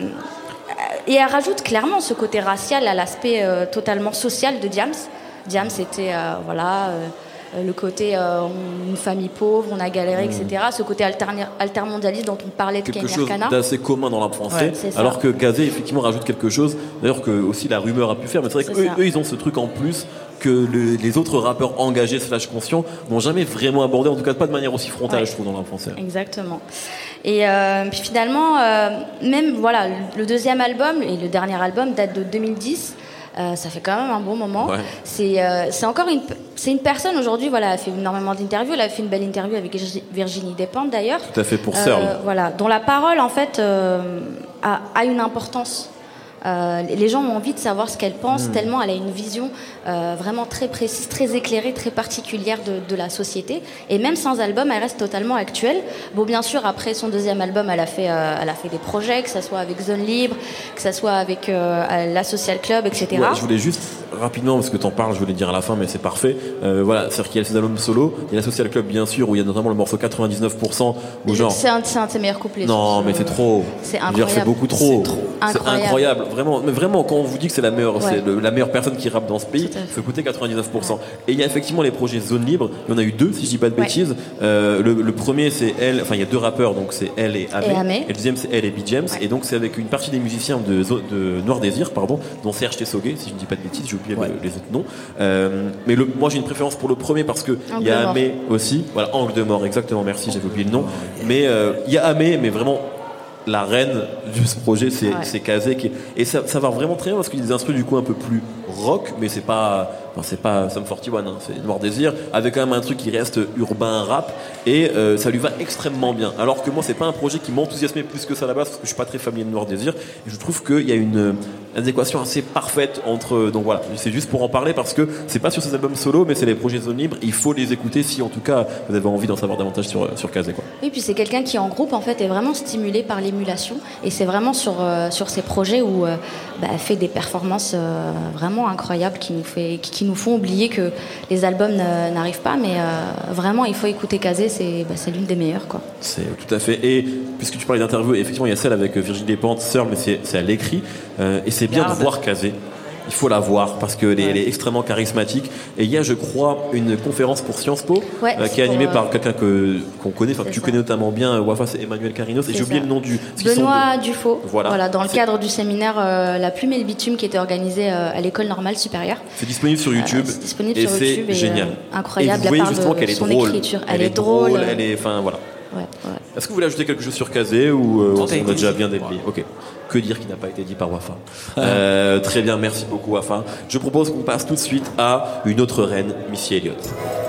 S4: et elle rajoute clairement ce côté racial à l'aspect euh, totalement social de Diams. Diams, c'était, euh, voilà... Euh, le côté euh, une famille pauvre, on a galéré, mmh. et cetera. Ce côté alterner, altermondialiste dont on parlait de Kenny Arcana.
S1: Quelque chose d'assez commun dans le rap français,
S4: ouais,
S1: alors que Kazé effectivement rajoute quelque chose, d'ailleurs que aussi La Rumeur a pu faire, mais c'est vrai qu'eux eux, ils ont ce truc en plus que le, les autres rappeurs engagés slash conscients n'ont jamais vraiment abordé, en tout cas pas de manière aussi frontale, ouais. je trouve, dans le rap français.
S4: Exactement. Et euh, puis finalement, euh, même voilà, le deuxième album et le dernier album date de deux mille dix. Euh, ça fait quand même un bon moment.
S1: Ouais.
S4: C'est, euh, c'est encore une, c'est une personne aujourd'hui. Voilà, elle a fait énormément d'interviews. Elle a fait une belle interview avec Virginie Despentes d'ailleurs.
S1: Tout à fait pour Searle.
S4: Euh, voilà, dont la parole en fait euh, a, a une importance. Euh, les gens ont envie de savoir ce qu'elle pense,
S1: Mmh.
S4: tellement elle a une vision euh, vraiment très précise, très éclairée, très particulière de, de la société. Et même sans album, elle reste totalement actuelle. Bon, bien sûr, après son deuxième album, elle a fait, euh, elle a fait des projets, que ce soit avec Zone Libre, que ce soit avec euh, la Social Club, et cetera.
S1: Ouais, je voulais juste rapidement, parce que t'en parles, je voulais dire à la fin, mais c'est parfait. Euh, voilà, c'est-à-dire qu'il y a ses albums solo, il y a la Social Club bien sûr, où il y a notamment le morceau quatre-vingt-dix-neuf pour cent, où genre.
S4: C'est un, c'est un de ses meilleurs couplets.
S1: Non, mais c'est trop.
S4: C'est
S1: Je veux
S4: incroyable.
S1: dire, c'est beaucoup trop.
S4: C'est trop.
S1: C'est
S4: Incroyable.
S1: incroyable. Vraiment, mais vraiment, quand on vous dit que c'est la meilleure,
S4: Ouais.
S1: c'est le- la meilleure personne qui rappe dans ce pays,
S4: Tout à fait.
S1: il faut écouter quatre-vingt-dix-neuf pour cent. Et il y a effectivement les projets Zone Libre. Il y en a eu deux, si je dis pas de
S4: Ouais.
S1: bêtises. Euh, le, le premier, c'est elle. Enfin, il y a deux rappeurs, donc c'est elle et Amé.
S4: Et Amé.
S1: Et le deuxième, c'est elle et B. James.
S4: Ouais.
S1: Et donc, c'est avec une partie des musiciens de, Zo- de Noir Désir, pardon, dont Serge Tessoguet, si je ne dis pas de bêtises, j'ai oublié
S2: Ouais.
S1: le- les autres noms. Euh, mais le, moi, j'ai une préférence pour le premier parce que il
S4: Angle
S1: y a
S4: de mort.
S1: Amé aussi. Voilà, Angle de mort, exactement. Merci, j'avais oublié le nom. Mais euh, il y a Amé, mais vraiment. La reine de ce projet, c'est
S4: Ouais.
S1: c'est Kazé qui est- et ça, ça va vraiment très bien parce qu'il y a des instruments du coup un peu plus rock, mais c'est pas, enfin, c'est pas Sum quarante et un, hein, c'est Noir Désir, avec quand même un truc qui reste urbain rap et euh, ça lui va extrêmement bien. Alors que moi, c'est pas un projet qui m'enthousiasmait plus que ça à la base parce que je suis pas très familier de Noir Désir et je trouve qu'il y a une, une adéquation assez parfaite entre. Donc voilà, c'est juste pour en parler parce que c'est pas sur ses albums solo, mais c'est les projets Zone Libre. Il faut les écouter si en tout cas vous avez envie d'en savoir davantage sur sur Kazé quoi.
S4: Oui, puis c'est quelqu'un qui en groupe en fait est vraiment stimulé par l'émulation et c'est vraiment sur euh, sur ces projets où euh, bah, elle fait des performances euh, vraiment incroyables qui nous fait qui, qui nous font oublier que les albums ne- n'arrivent pas, mais euh, vraiment il faut écouter Kazé, c'est bah, c'est l'une des meilleures quoi.
S1: C'est tout à fait. Et puisque tu parlais d'interview, effectivement, il y a celle avec Virginie Despentes, sœur, mais c'est c'est à l'écrit. Euh, et c'est bien
S3: Garde.
S1: de voir Kazé. Il faut la voir parce qu'elle est, elle est extrêmement charismatique. Et il y a, je crois, une conférence pour Sciences Po
S4: Ouais,
S1: euh,
S4: c'est
S1: qui est animée
S4: pour, euh,
S1: par quelqu'un que qu'on connaît, enfin que
S4: c'est
S1: tu
S4: ça.
S1: connais notamment bien. euh, Wafa, c'est Emmanuel Carinos. Et
S4: C'est
S1: j'ai oublié
S4: ça.
S1: le nom du. parce qu'ils sont
S4: Benoît
S1: de-
S4: Dufaux,
S1: Voilà.
S4: voilà. dans le
S1: C'est-
S4: cadre du séminaire euh, La Plume et le Bitume qui était organisé euh, à l'école normale supérieure.
S1: C'est disponible sur YouTube.
S4: Euh, c'est disponible
S1: et
S4: sur
S1: c'est
S4: YouTube et,
S1: génial.
S4: euh, incroyable.
S1: Et vous
S4: Elle
S1: voyez
S4: parle
S1: justement
S4: de
S1: qu'elle est
S4: son
S1: drôle.
S4: écriture. Elle est drôle.
S1: Elle est, enfin voilà.
S4: Ouais, ouais.
S1: Est-ce que vous voulez ajouter quelque chose sur Kazé ou euh,
S3: Tout
S1: on
S3: a été
S1: a déjà
S3: dit.
S1: bien déplié? Ok. Que dire qui n'a pas été dit par Wafa? Euh, Très bien, merci beaucoup Wafa. Je propose qu'on passe tout de suite à une autre reine, Missy Elliott.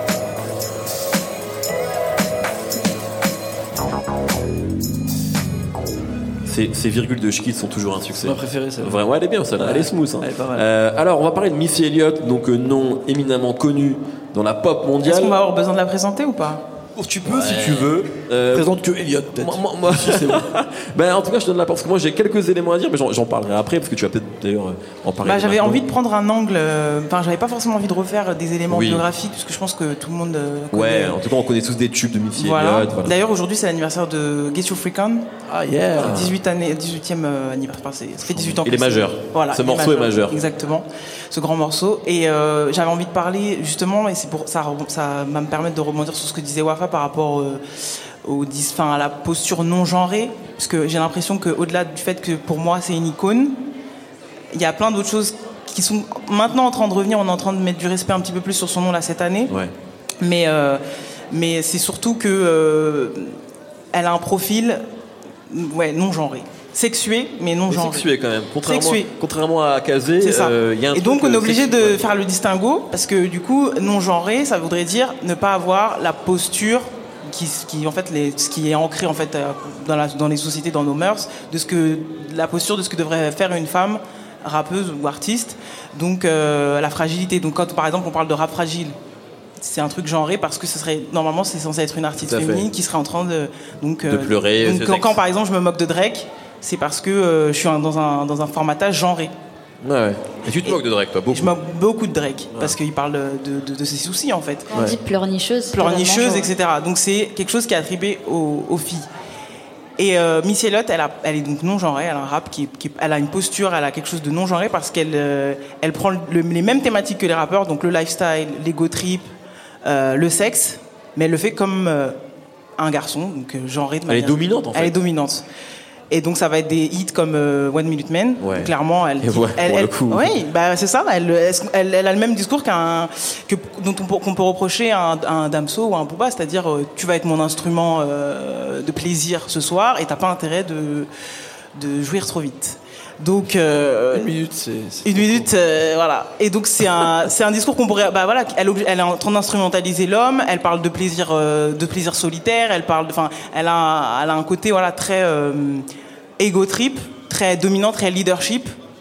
S1: Ces, ces virgules de Schkitt sont toujours un succès.
S2: Ma préférée, celle-là.
S1: Vraiment, elle est bien celle-là, elle est smooth. Hein.
S2: Elle est pas mal.
S1: Euh, alors, on va parler de Missy Elliott, donc euh, nom éminemment connu dans la pop
S3: Est-ce
S1: mondiale.
S3: qu'on va avoir besoin de la présenter ou pas?
S1: Oh, tu peux si tu veux. Euh,
S2: Présente que Elliot, peut-être.
S1: moi, moi- moi- ben, en tout cas, je te donne la parole parce que moi j'ai quelques éléments à dire, mais j'en, j'en parlerai après parce que tu vas peut-être d'ailleurs euh, en parler.
S3: Bah, j'avais
S1: maintenant.
S3: envie de prendre un angle. euh, Enfin, j'avais pas forcément envie de refaire des éléments
S1: Oui.
S3: biographiques parce que je pense que tout le monde euh,
S1: Ouais,
S3: connaît.
S1: en tout cas, on connaît tous des tubes de Missy
S3: Voilà.
S1: Elliott. Voilà.
S3: D'ailleurs, aujourd'hui, c'est l'anniversaire de Get Your Freak On.
S2: Ah, yeah.
S3: dix-huit années, dix-huitième euh, anniversaire. Enfin, c'est- ça fait dix-huit ans.
S1: Il
S3: que
S1: est
S3: c'est-
S1: majeur.
S3: Voilà.
S1: Ce
S3: il
S1: morceau est majeur.
S3: Exactement. Ce grand morceau. Et euh, j'avais envie de parler justement, et c'est pour ça, ça va me permettre de rebondir sur ce que disait Wafa par rapport euh, au, dis- enfin, à la posture non genrée, parce que j'ai l'impression qu'au-delà du fait que pour moi c'est une icône, il y a plein d'autres choses qui sont maintenant en train de revenir. On est en train de mettre du respect un petit peu plus sur son nom là cette année.
S1: Ouais.
S3: Mais, euh, mais c'est surtout que euh, elle a un profil ouais, non genré. Sexué, mais non
S1: Mais
S3: genré.
S1: sexué quand même. Contrairement,
S3: Sexué.
S1: contrairement à Kazé,
S3: C'est ça.
S1: euh, il y a un
S3: Et
S1: truc,
S3: donc on est
S1: euh,
S3: obligé
S1: sexué,
S3: de
S1: ouais.
S3: faire le distinguo, parce que du coup, non genré, ça voudrait dire ne pas avoir la posture qui, qui en fait, les, ce qui est ancré en fait euh, dans, la, dans les sociétés, dans nos mœurs, de ce que la posture de ce que devrait faire une femme rappeuse ou artiste. Donc euh, la fragilité. Donc quand par exemple on parle de rap fragile, c'est un truc genré parce que ce serait normalement c'est censé être une artiste
S1: Tout à fait.
S3: féminine qui serait en train de donc
S1: De pleurer,
S3: Donc
S1: c'est
S3: quand,
S1: sexe.
S3: quand, par exemple je me moque de Drake, c'est parce que euh, je suis un- dans un dans un formatage genré.
S1: Ouais, ouais. Et tu te moques de Drake, toi, beaucoup.
S3: Je moque beaucoup de Drake parce qu'il parle de, de, de ses soucis en fait.
S4: On dit pleurnicheuse.
S3: Pleurnicheuse,
S4: totalement,
S3: et cetera. Donc c'est quelque chose qui est attribué aux, aux filles. Et euh, Missy Elliott, elle, a- elle est donc non genrée, elle a un rap qui, qui- elle a une posture, elle a quelque chose de non genré parce qu'elle euh, elle prend le- les mêmes thématiques que les rappeurs, donc le lifestyle, l'ego trip, euh, le sexe, mais elle le fait comme euh, un garçon, donc euh, genré de
S1: Elle est
S3: manière-
S1: dominante, en fait.
S3: Elle est dominante. Et donc ça va être des hits comme euh, One Minute Man.
S1: Ouais.
S3: Donc, clairement, elle,
S1: Et ouais,
S3: elle,
S1: pour le
S3: elle-
S1: coup.
S3: oui, bah c'est ça. Elle, elle, elle a le même discours qu'un que dont on, peut- qu'on peut reprocher à un, à un Damso ou à un Booba, c'est-à-dire euh, tu vas être mon instrument euh, de plaisir ce soir et t'as pas intérêt de de jouir trop vite. Donc euh,
S2: Une minute, c'est. c'est
S3: une
S2: trop
S3: minute, euh, voilà. Et donc c'est un, c'est un discours qu'on pourrait, bah voilà, elle, obli- elle est en train d'instrumentaliser l'homme. Elle parle de plaisir, euh, de plaisir solitaire. Elle parle, enfin, elle a, elle a un côté, voilà, très euh, ego trip, très dominant, très leadership.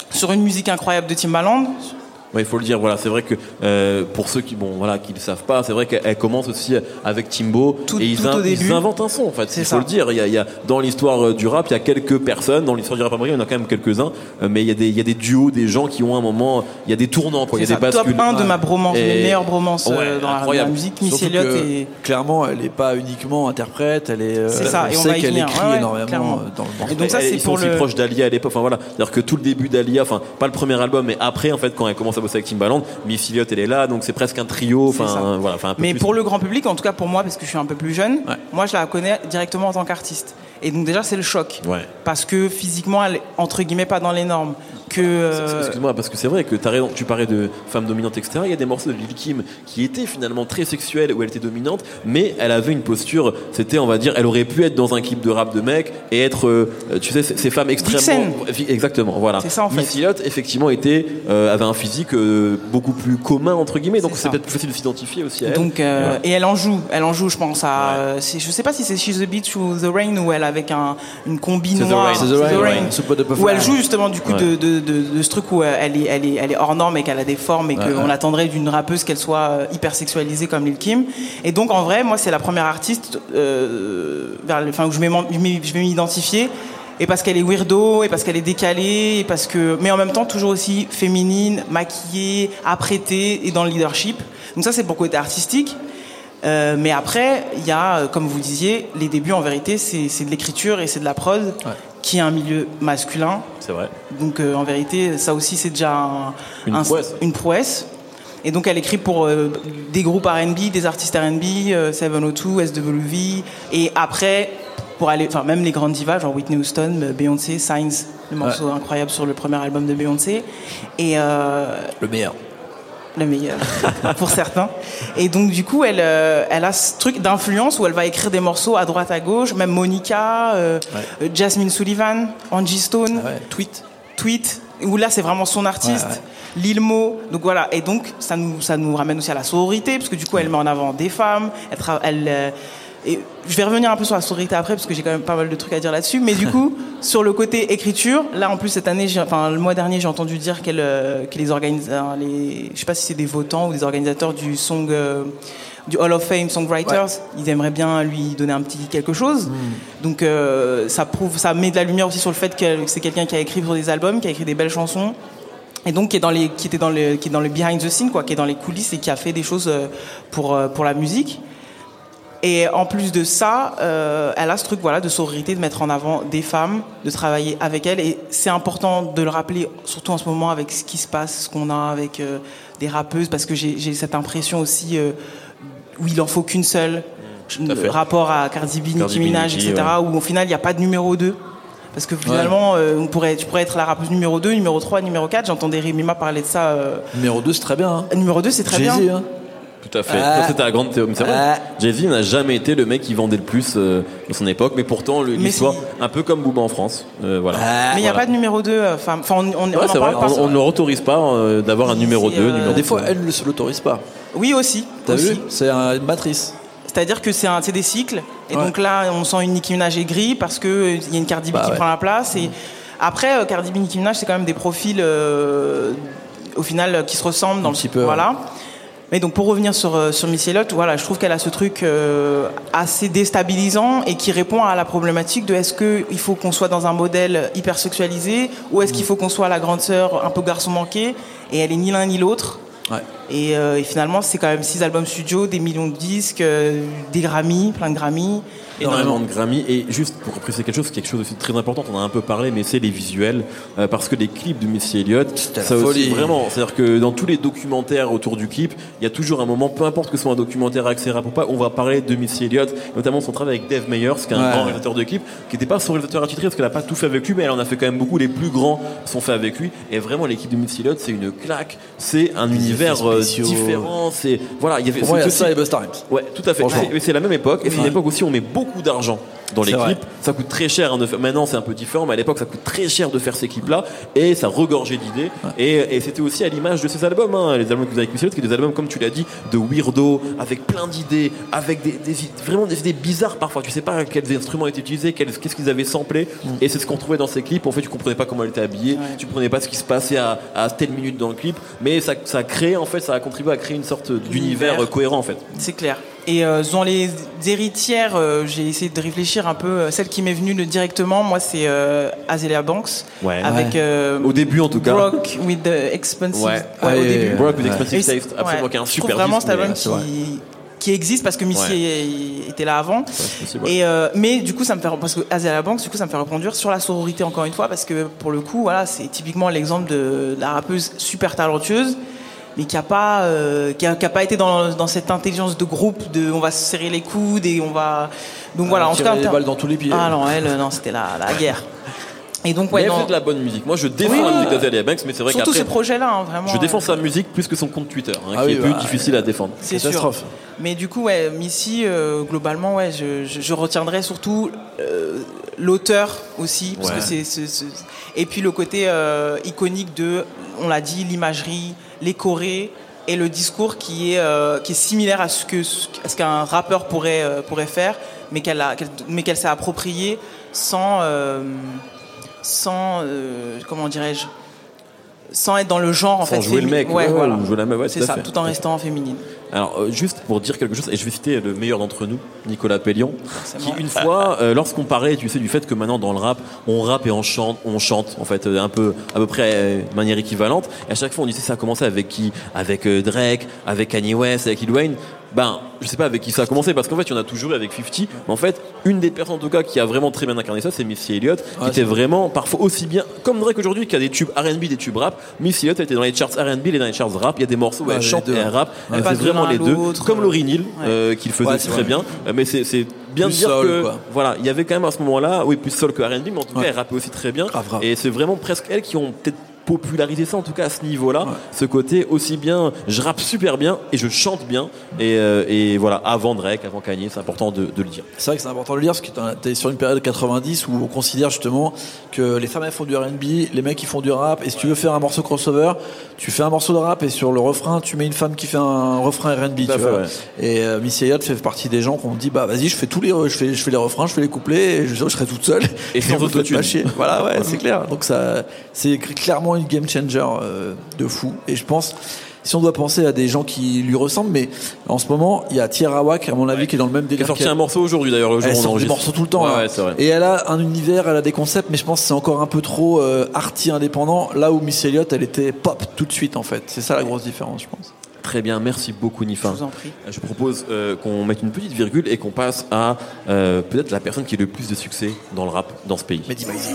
S3: sur une musique incroyable de Timbaland.
S1: Ouais, il faut le dire, voilà, c'est vrai que euh, pour ceux qui bon voilà qui le savent pas, c'est vrai qu'elle commence aussi avec Timbo
S3: tout,
S1: et ils,
S3: tout
S1: in, ils inventent un son en fait.
S3: C'est
S1: il faut
S3: ça.
S1: le dire. Il y a, il y a dans l'histoire du rap, il y a quelques personnes dans l'histoire du rap américain, il y en a quand même quelques-uns, euh, mais il y a des il y a des duos, des gens qui ont un moment, il y a des tournants, quoi. Il y a
S3: ça.
S1: des bascules.
S3: Top un de ma bromance,
S1: et...
S3: mes meilleures bromances
S1: ouais,
S3: euh, dans, la, dans la musique. Missy Elliott et
S2: clairement, elle n'est pas uniquement interprète, elle est.
S3: C'est ça.
S2: On
S3: et on
S2: sait
S3: va y
S2: qu'elle
S3: venir.
S2: écrit
S3: ouais,
S2: énormément
S3: clairement.
S2: dans le morceau.
S3: Et donc ça,
S1: et
S3: c'est
S1: ils sont
S3: pour
S1: aussi
S3: le.
S1: proches d'Alia à l'époque. Enfin voilà, c'est-à-dire que tout le début d'Alia, enfin pas le premier album, mais après en fait quand elle commence à bosser avec Timbaland, Missy Elliott elle est là, donc c'est presque un trio. Enfin voilà, enfin un peu
S3: Mais
S1: plus.
S3: pour le grand public, en tout cas pour moi, parce que je suis un peu plus jeune,
S2: ouais.
S3: moi je la connais directement en tant qu'artiste. Et donc déjà c'est le choc,
S1: ouais.
S3: parce que physiquement elle est entre guillemets pas dans les normes. Que euh...
S1: excuse-moi, parce que c'est vrai que t'as raison, tu parlais de femme dominante, et cetera. Il y a des morceaux de Lil' Kim qui étaient finalement très sexuels où elle était dominante, mais elle avait une posture. C'était, on va dire, elle aurait pu être dans un clip de rap de mec et être, euh, tu sais, ces femmes extrêmement.
S3: Dixon.
S1: Exactement, voilà.
S3: C'est ça en fait.
S1: Missy Elliott effectivement était, euh, avait un physique euh, beaucoup plus commun entre guillemets, donc
S3: c'est,
S1: c'est peut-être plus facile de s'identifier aussi à elle.
S3: Donc euh,
S1: ouais.
S3: et elle en joue, elle en joue, je pense à.
S1: Ouais.
S3: Euh, c'est, je sais pas si c'est She's the Beach ou The Rain où elle avec un une combi
S1: c'est
S3: noire.
S1: The
S2: Rain. C'est The Rain.
S3: Rain. Où elle joue justement du coup
S1: ouais.
S3: de, de, de, de ce truc où elle est, elle est, elle est hors norme et qu'elle a des formes et
S2: ouais,
S3: qu'on
S2: ouais.
S3: attendrait d'une rappeuse qu'elle soit hyper sexualisée comme Lil' Kim. Et donc en vrai, moi c'est la première artiste euh, vers, enfin où je vais, je vais m'identifier. Et parce qu'elle est weirdo, et parce qu'elle est décalée, et parce que, mais en même temps toujours aussi féminine, maquillée, apprêtée et dans le leadership. Donc ça c'est pour le côté artistique. Euh, mais après, il y a, comme vous le disiez, les débuts en vérité, c'est, c'est de l'écriture et c'est de la prod, ouais. qui est un milieu masculin.
S1: C'est vrai.
S3: Donc euh, en vérité, ça aussi c'est déjà un,
S1: une,
S3: un,
S1: prouesse.
S3: une prouesse. Et donc elle écrit pour euh, des groupes R and B, des artistes R and B, euh, sept oh deux, S W V, et après pour aller, enfin même les grandes divas genre Whitney Houston, Beyoncé, Signs, le morceau ouais. incroyable sur le premier album de Beyoncé, et euh,
S2: le meilleur.
S3: Le meilleur pour certains. Et donc du coup elle euh, elle a ce truc d'influence où elle va écrire des morceaux à droite à gauche, même Monica, euh, ouais. Jasmine Sullivan, Angie Stone,
S2: ah ouais. Tweet,
S3: Tweet, où là c'est vraiment son artiste. Ouais, ouais. Lil Mo, donc voilà, et donc ça nous ça nous ramène aussi à la sororité parce que du coup elle met en avant des femmes, elle, tra- elle euh, et je vais revenir un peu sur la sororité après parce que j'ai quand même pas mal de trucs à dire là-dessus, mais du coup sur le côté écriture, là en plus cette année, j'ai, enfin le mois dernier j'ai entendu dire qu'elle euh, que les organisateurs, les, je sais pas si c'est des votants ou des organisateurs du song euh, du Hall of Fame Songwriters, ouais. ils aimeraient bien lui donner un petit quelque chose. Mmh. Donc euh, ça prouve, ça met de la lumière aussi sur le fait que c'est quelqu'un qui a écrit sur des albums, qui a écrit des belles chansons. Et donc qui est dans les qui était dans le qui est dans le behind the scene quoi, qui est dans les coulisses et qui a fait des choses pour pour la musique. Et en plus de ça, euh, elle a ce truc voilà de sororité, de mettre en avant des femmes, de travailler avec elles, et c'est important de le rappeler surtout en ce moment avec ce qui se passe, ce qu'on a avec euh, des rappeuses, parce que j'ai j'ai cette impression aussi euh, où il en faut qu'une seule, mmh, rapport à Cardi B, Nicki Minaj, et cetera. Ouais. Où au final il n'y a pas de numéro deux. Parce que finalement, ouais. euh, on pourrait, tu pourrais être la rappeuse numéro deux, numéro trois, numéro quatre. J'entendais Rémima parler de ça. Euh...
S2: Numéro deux, c'est très bien. Hein.
S3: Numéro deux, c'est très
S2: Jay-Z,
S3: bien.
S2: Hein.
S1: Tout à fait. Ah. Ça, c'était la grande théorie. C'est vrai. Ah. Jay-Z n'a jamais été le mec qui vendait le plus euh, de son époque, mais pourtant, le, mais l'histoire, c'est... un peu comme Booba en France. Euh, voilà.
S3: Ah. Mais il n'y a
S1: voilà.
S3: pas de numéro deux. Enfin, on, on,
S1: ouais,
S3: on
S1: c'est
S3: en
S1: vrai.
S3: parle pas.
S1: On ne leur autorise pas euh, d'avoir un numéro deux.
S2: Euh... Des fois, elle ne se l'autorise pas.
S3: Oui, aussi.
S2: T'as
S3: aussi.
S2: vu ? C'est une matrice.
S3: C'est-à-dire que c'est, un, c'est des cycles. Et ouais. donc là, on sent une Nicki Minaj aigrie parce qu'il euh, y a une Cardi B bah qui ouais. prend la place. Et après, euh, Cardi B, Nicki Minaj, c'est quand même des profils, euh, au final, qui se ressemblent. Dans
S2: un
S3: le
S2: petit peu.
S3: Voilà. Ouais. Mais donc, pour revenir sur, sur Missy Elliott, voilà, je trouve qu'elle a ce truc euh, assez déstabilisant et qui répond à la problématique de est-ce qu'il faut qu'on soit dans un modèle hyper sexualisé ou est-ce mmh. qu'il faut qu'on soit la grande sœur un peu garçon manqué, et elle est ni l'un ni l'autre.
S2: Ouais.
S3: Et, euh, et finalement, c'est quand même six albums studio, des millions de disques, euh, des Grammy, plein de Grammy.
S1: Énormément de Grammy. Et juste pour préciser quelque chose, quelque chose aussi de très important, on en a un peu parlé, mais c'est les visuels, euh, parce que les clips de Missy Elliott,
S2: c'est
S1: ça aussi vraiment, c'est-à-dire que dans tous les documentaires autour du clip, il y a toujours un moment, peu importe que ce soit un documentaire axé rap ou pas, on va parler de Missy Elliott, notamment son travail avec Dave Meyers, qui est un ouais. grand réalisateur de clips, qui n'était pas son réalisateur attitré parce qu'elle n'a pas tout fait avec lui, mais elle en a fait quand même beaucoup. Les plus grands sont faits avec lui. Et vraiment, l'équipe de Missy Elliott, c'est une claque, c'est un univers
S2: Maurizio.
S1: différents. C'est voilà, il y avait.
S2: Pour moi, il y a
S1: aussi...
S2: ça et Busta Rhymes.
S1: Ouais, tout à fait. C'est, c'est la même époque. Et c'est une
S2: Ouais.
S1: époque aussi où on met beaucoup d'argent dans les
S2: C'est
S1: clips.
S2: vrai.
S1: Ça coûte très cher. Hein, de faire... Maintenant, c'est un peu différent, mais à l'époque, ça coûte très cher de faire ces clips-là. Et ça regorgeait d'idées. Ouais. Et, et c'était aussi à l'image de ces albums. Hein, les albums que vous avez écoutés, qui sont des albums, comme tu l'as dit, de weirdo, avec plein d'idées, avec des, des vraiment des idées bizarres parfois. Tu sais pas quels instruments étaient utilisés, quels, qu'est-ce qu'ils avaient samplé. Mm. Et c'est ce qu'on trouvait dans ces clips. En fait, tu comprenais pas comment elle était habillée, ouais. tu comprenais pas ce qui se passait à, à telle minute dans le clip. Mais ça, ça a créé, en fait, ça a contribué à créer une sorte d'univers Univers. cohérent, en fait.
S3: C'est clair. Et euh, dans les héritières, euh, j'ai essayé de réfléchir un peu. Celle qui m'est venue de, directement, moi, c'est euh, Azealia Banks.
S1: Ouais.
S3: Avec, euh,
S1: au début, en tout cas.
S3: Brock with the Expensive.
S1: Ouais.
S3: Ouais,
S1: ouais,
S3: au début.
S1: Brock with the Expensive
S3: ouais.
S1: Taste. Absolument,
S3: ouais.
S1: qui est un
S3: Je
S1: super
S3: trouve vraiment
S1: disque,
S3: cet album
S1: mais,
S3: qui, qui existe parce que Missy ouais. était là avant.
S1: Ouais, ouais.
S3: Et euh, mais du coup, ça me fait parce que Azealia Banks, du coup, ça me fait reconduire sur la sororité encore une fois parce que pour le coup, voilà, c'est typiquement l'exemple de la rappeuse super talentueuse. Mais qui a pas, euh, qui a, qui a pas été dans, dans cette intelligence de groupe, de on va se serrer les coudes et on va. Donc ah, voilà, en tout cas.
S2: Les balles dans tous les pieds.
S3: Ah non, elle, non, c'était la, la guerre. Et donc ouais,
S1: mais elle
S3: non.
S1: fait de la bonne musique. Moi, je défends
S3: oui,
S1: la musique
S3: euh,
S1: d'Azealia Banks, mais c'est vrai
S3: surtout
S1: qu'après.
S3: Surtout ce projet-là, hein, vraiment.
S1: Je défends
S3: euh,
S1: sa musique plus que son compte Twitter, hein,
S2: ah
S1: qui
S2: oui,
S1: est
S2: bah,
S1: plus euh, difficile à défendre.
S3: C'est sûr. Mais du coup, ouais, Missy, euh, globalement, ouais, je, je, je retiendrai surtout euh, l'auteur aussi, parce ouais. que c'est, c'est, c'est, et puis le côté euh, iconique de, on l'a dit, l'imagerie, les chorés. Et le discours qui est, euh, qui est similaire à ce, que, à ce qu'un rappeur pourrait, euh, pourrait faire, mais qu'elle, a, qu'elle, mais qu'elle s'est approprié sans, euh, sans euh, comment dirais-je, sans être dans le genre en
S1: sans
S3: fait.
S1: Jouer le mec,
S3: ouais,
S1: ouais,
S3: voilà.
S1: Ou jouer la meuf, ouais,
S3: c'est ça, fait. Tout en restant féminine.
S1: Alors, euh, juste pour dire quelque chose, et je vais citer le meilleur d'entre nous, Nicolas Pellion, qui une fois, euh, lorsqu'on parlait, tu sais, du fait que maintenant dans le rap, on rappe et on chante, on chante en fait, euh, un peu, à peu près euh, de manière équivalente. Et à chaque fois, on disait ça a commencé avec qui ? Avec euh, Drake, avec Kanye West, avec Lil Wayne. Ben, je sais pas avec qui ça a commencé, parce qu'en fait, il y en a toujours eu avec cinquante. Mais en fait, une des personnes en tout cas qui a vraiment très bien incarné ça, c'est Missy Elliott, qui ouais, était vraiment parfois aussi bien, comme Drake aujourd'hui, qui a des tubes R and B, des tubes rap. Missy Elliott, elle était dans les charts R and B et dans les charts rap. Il y a des morceaux où ouais, elle chante et elle rappe. Elle fait vraiment les deux. Comme Lauryn Hill, ouais. euh, qu'il faisait ouais, très bien. Mais c'est, c'est bien de dire soul, que, quoi. Voilà, il y avait quand même à ce moment-là, oui, plus soul que R and B, mais en tout ouais. cas, elle rappait aussi très bien. Grave, grave. Et c'est vraiment presque elles qui ont peut-être populariser ça en tout cas à ce niveau-là, ouais. ce côté aussi bien je rappe super bien et je chante bien et, euh, et voilà, avant Drake, avant Kanye, c'est important de, de le dire.
S2: C'est vrai que c'est important de le dire parce que t'es sur une période quatre-vingt-dix où on considère justement que les femmes elles font du R and B, les mecs ils font du rap, et si ouais. tu veux faire un morceau crossover, tu fais un morceau de rap et sur le refrain tu mets une femme qui fait un refrain R and B, tu
S1: fait,
S2: vois.
S1: Ouais.
S2: Et euh, Missy Elliott fait partie des gens qu'on dit bah vas-y je fais tous les je fais je fais les refrains, je fais les couplets et je, je serai toute seule
S1: et sans autotune.
S2: Voilà ouais, c'est clair. Donc ça c'est clairement une game changer de fou, et je pense si on doit penser à des gens qui lui ressemblent, mais en ce moment il y a Tierra Whack à mon avis ouais. qui est dans le même délire.
S1: Elle a sorti un morceau aujourd'hui d'ailleurs, le jour
S2: elle
S1: où on
S2: sort des morceaux tout le temps
S1: ouais,
S2: hein.
S1: ouais, c'est vrai.
S2: Et elle a un univers, elle a des concepts, mais je pense que c'est encore un peu trop euh, arty indépendant, là où Missy Elliott elle était pop tout de suite en fait, c'est ça la grosse différence je pense.
S1: Très bien, merci beaucoup Nifa.
S3: Je vous en prie.
S1: Je propose euh, qu'on mette une petite virgule et qu'on passe à euh, peut-être la personne qui a le plus de succès dans le rap dans ce pays.
S2: Mehdi Maizi.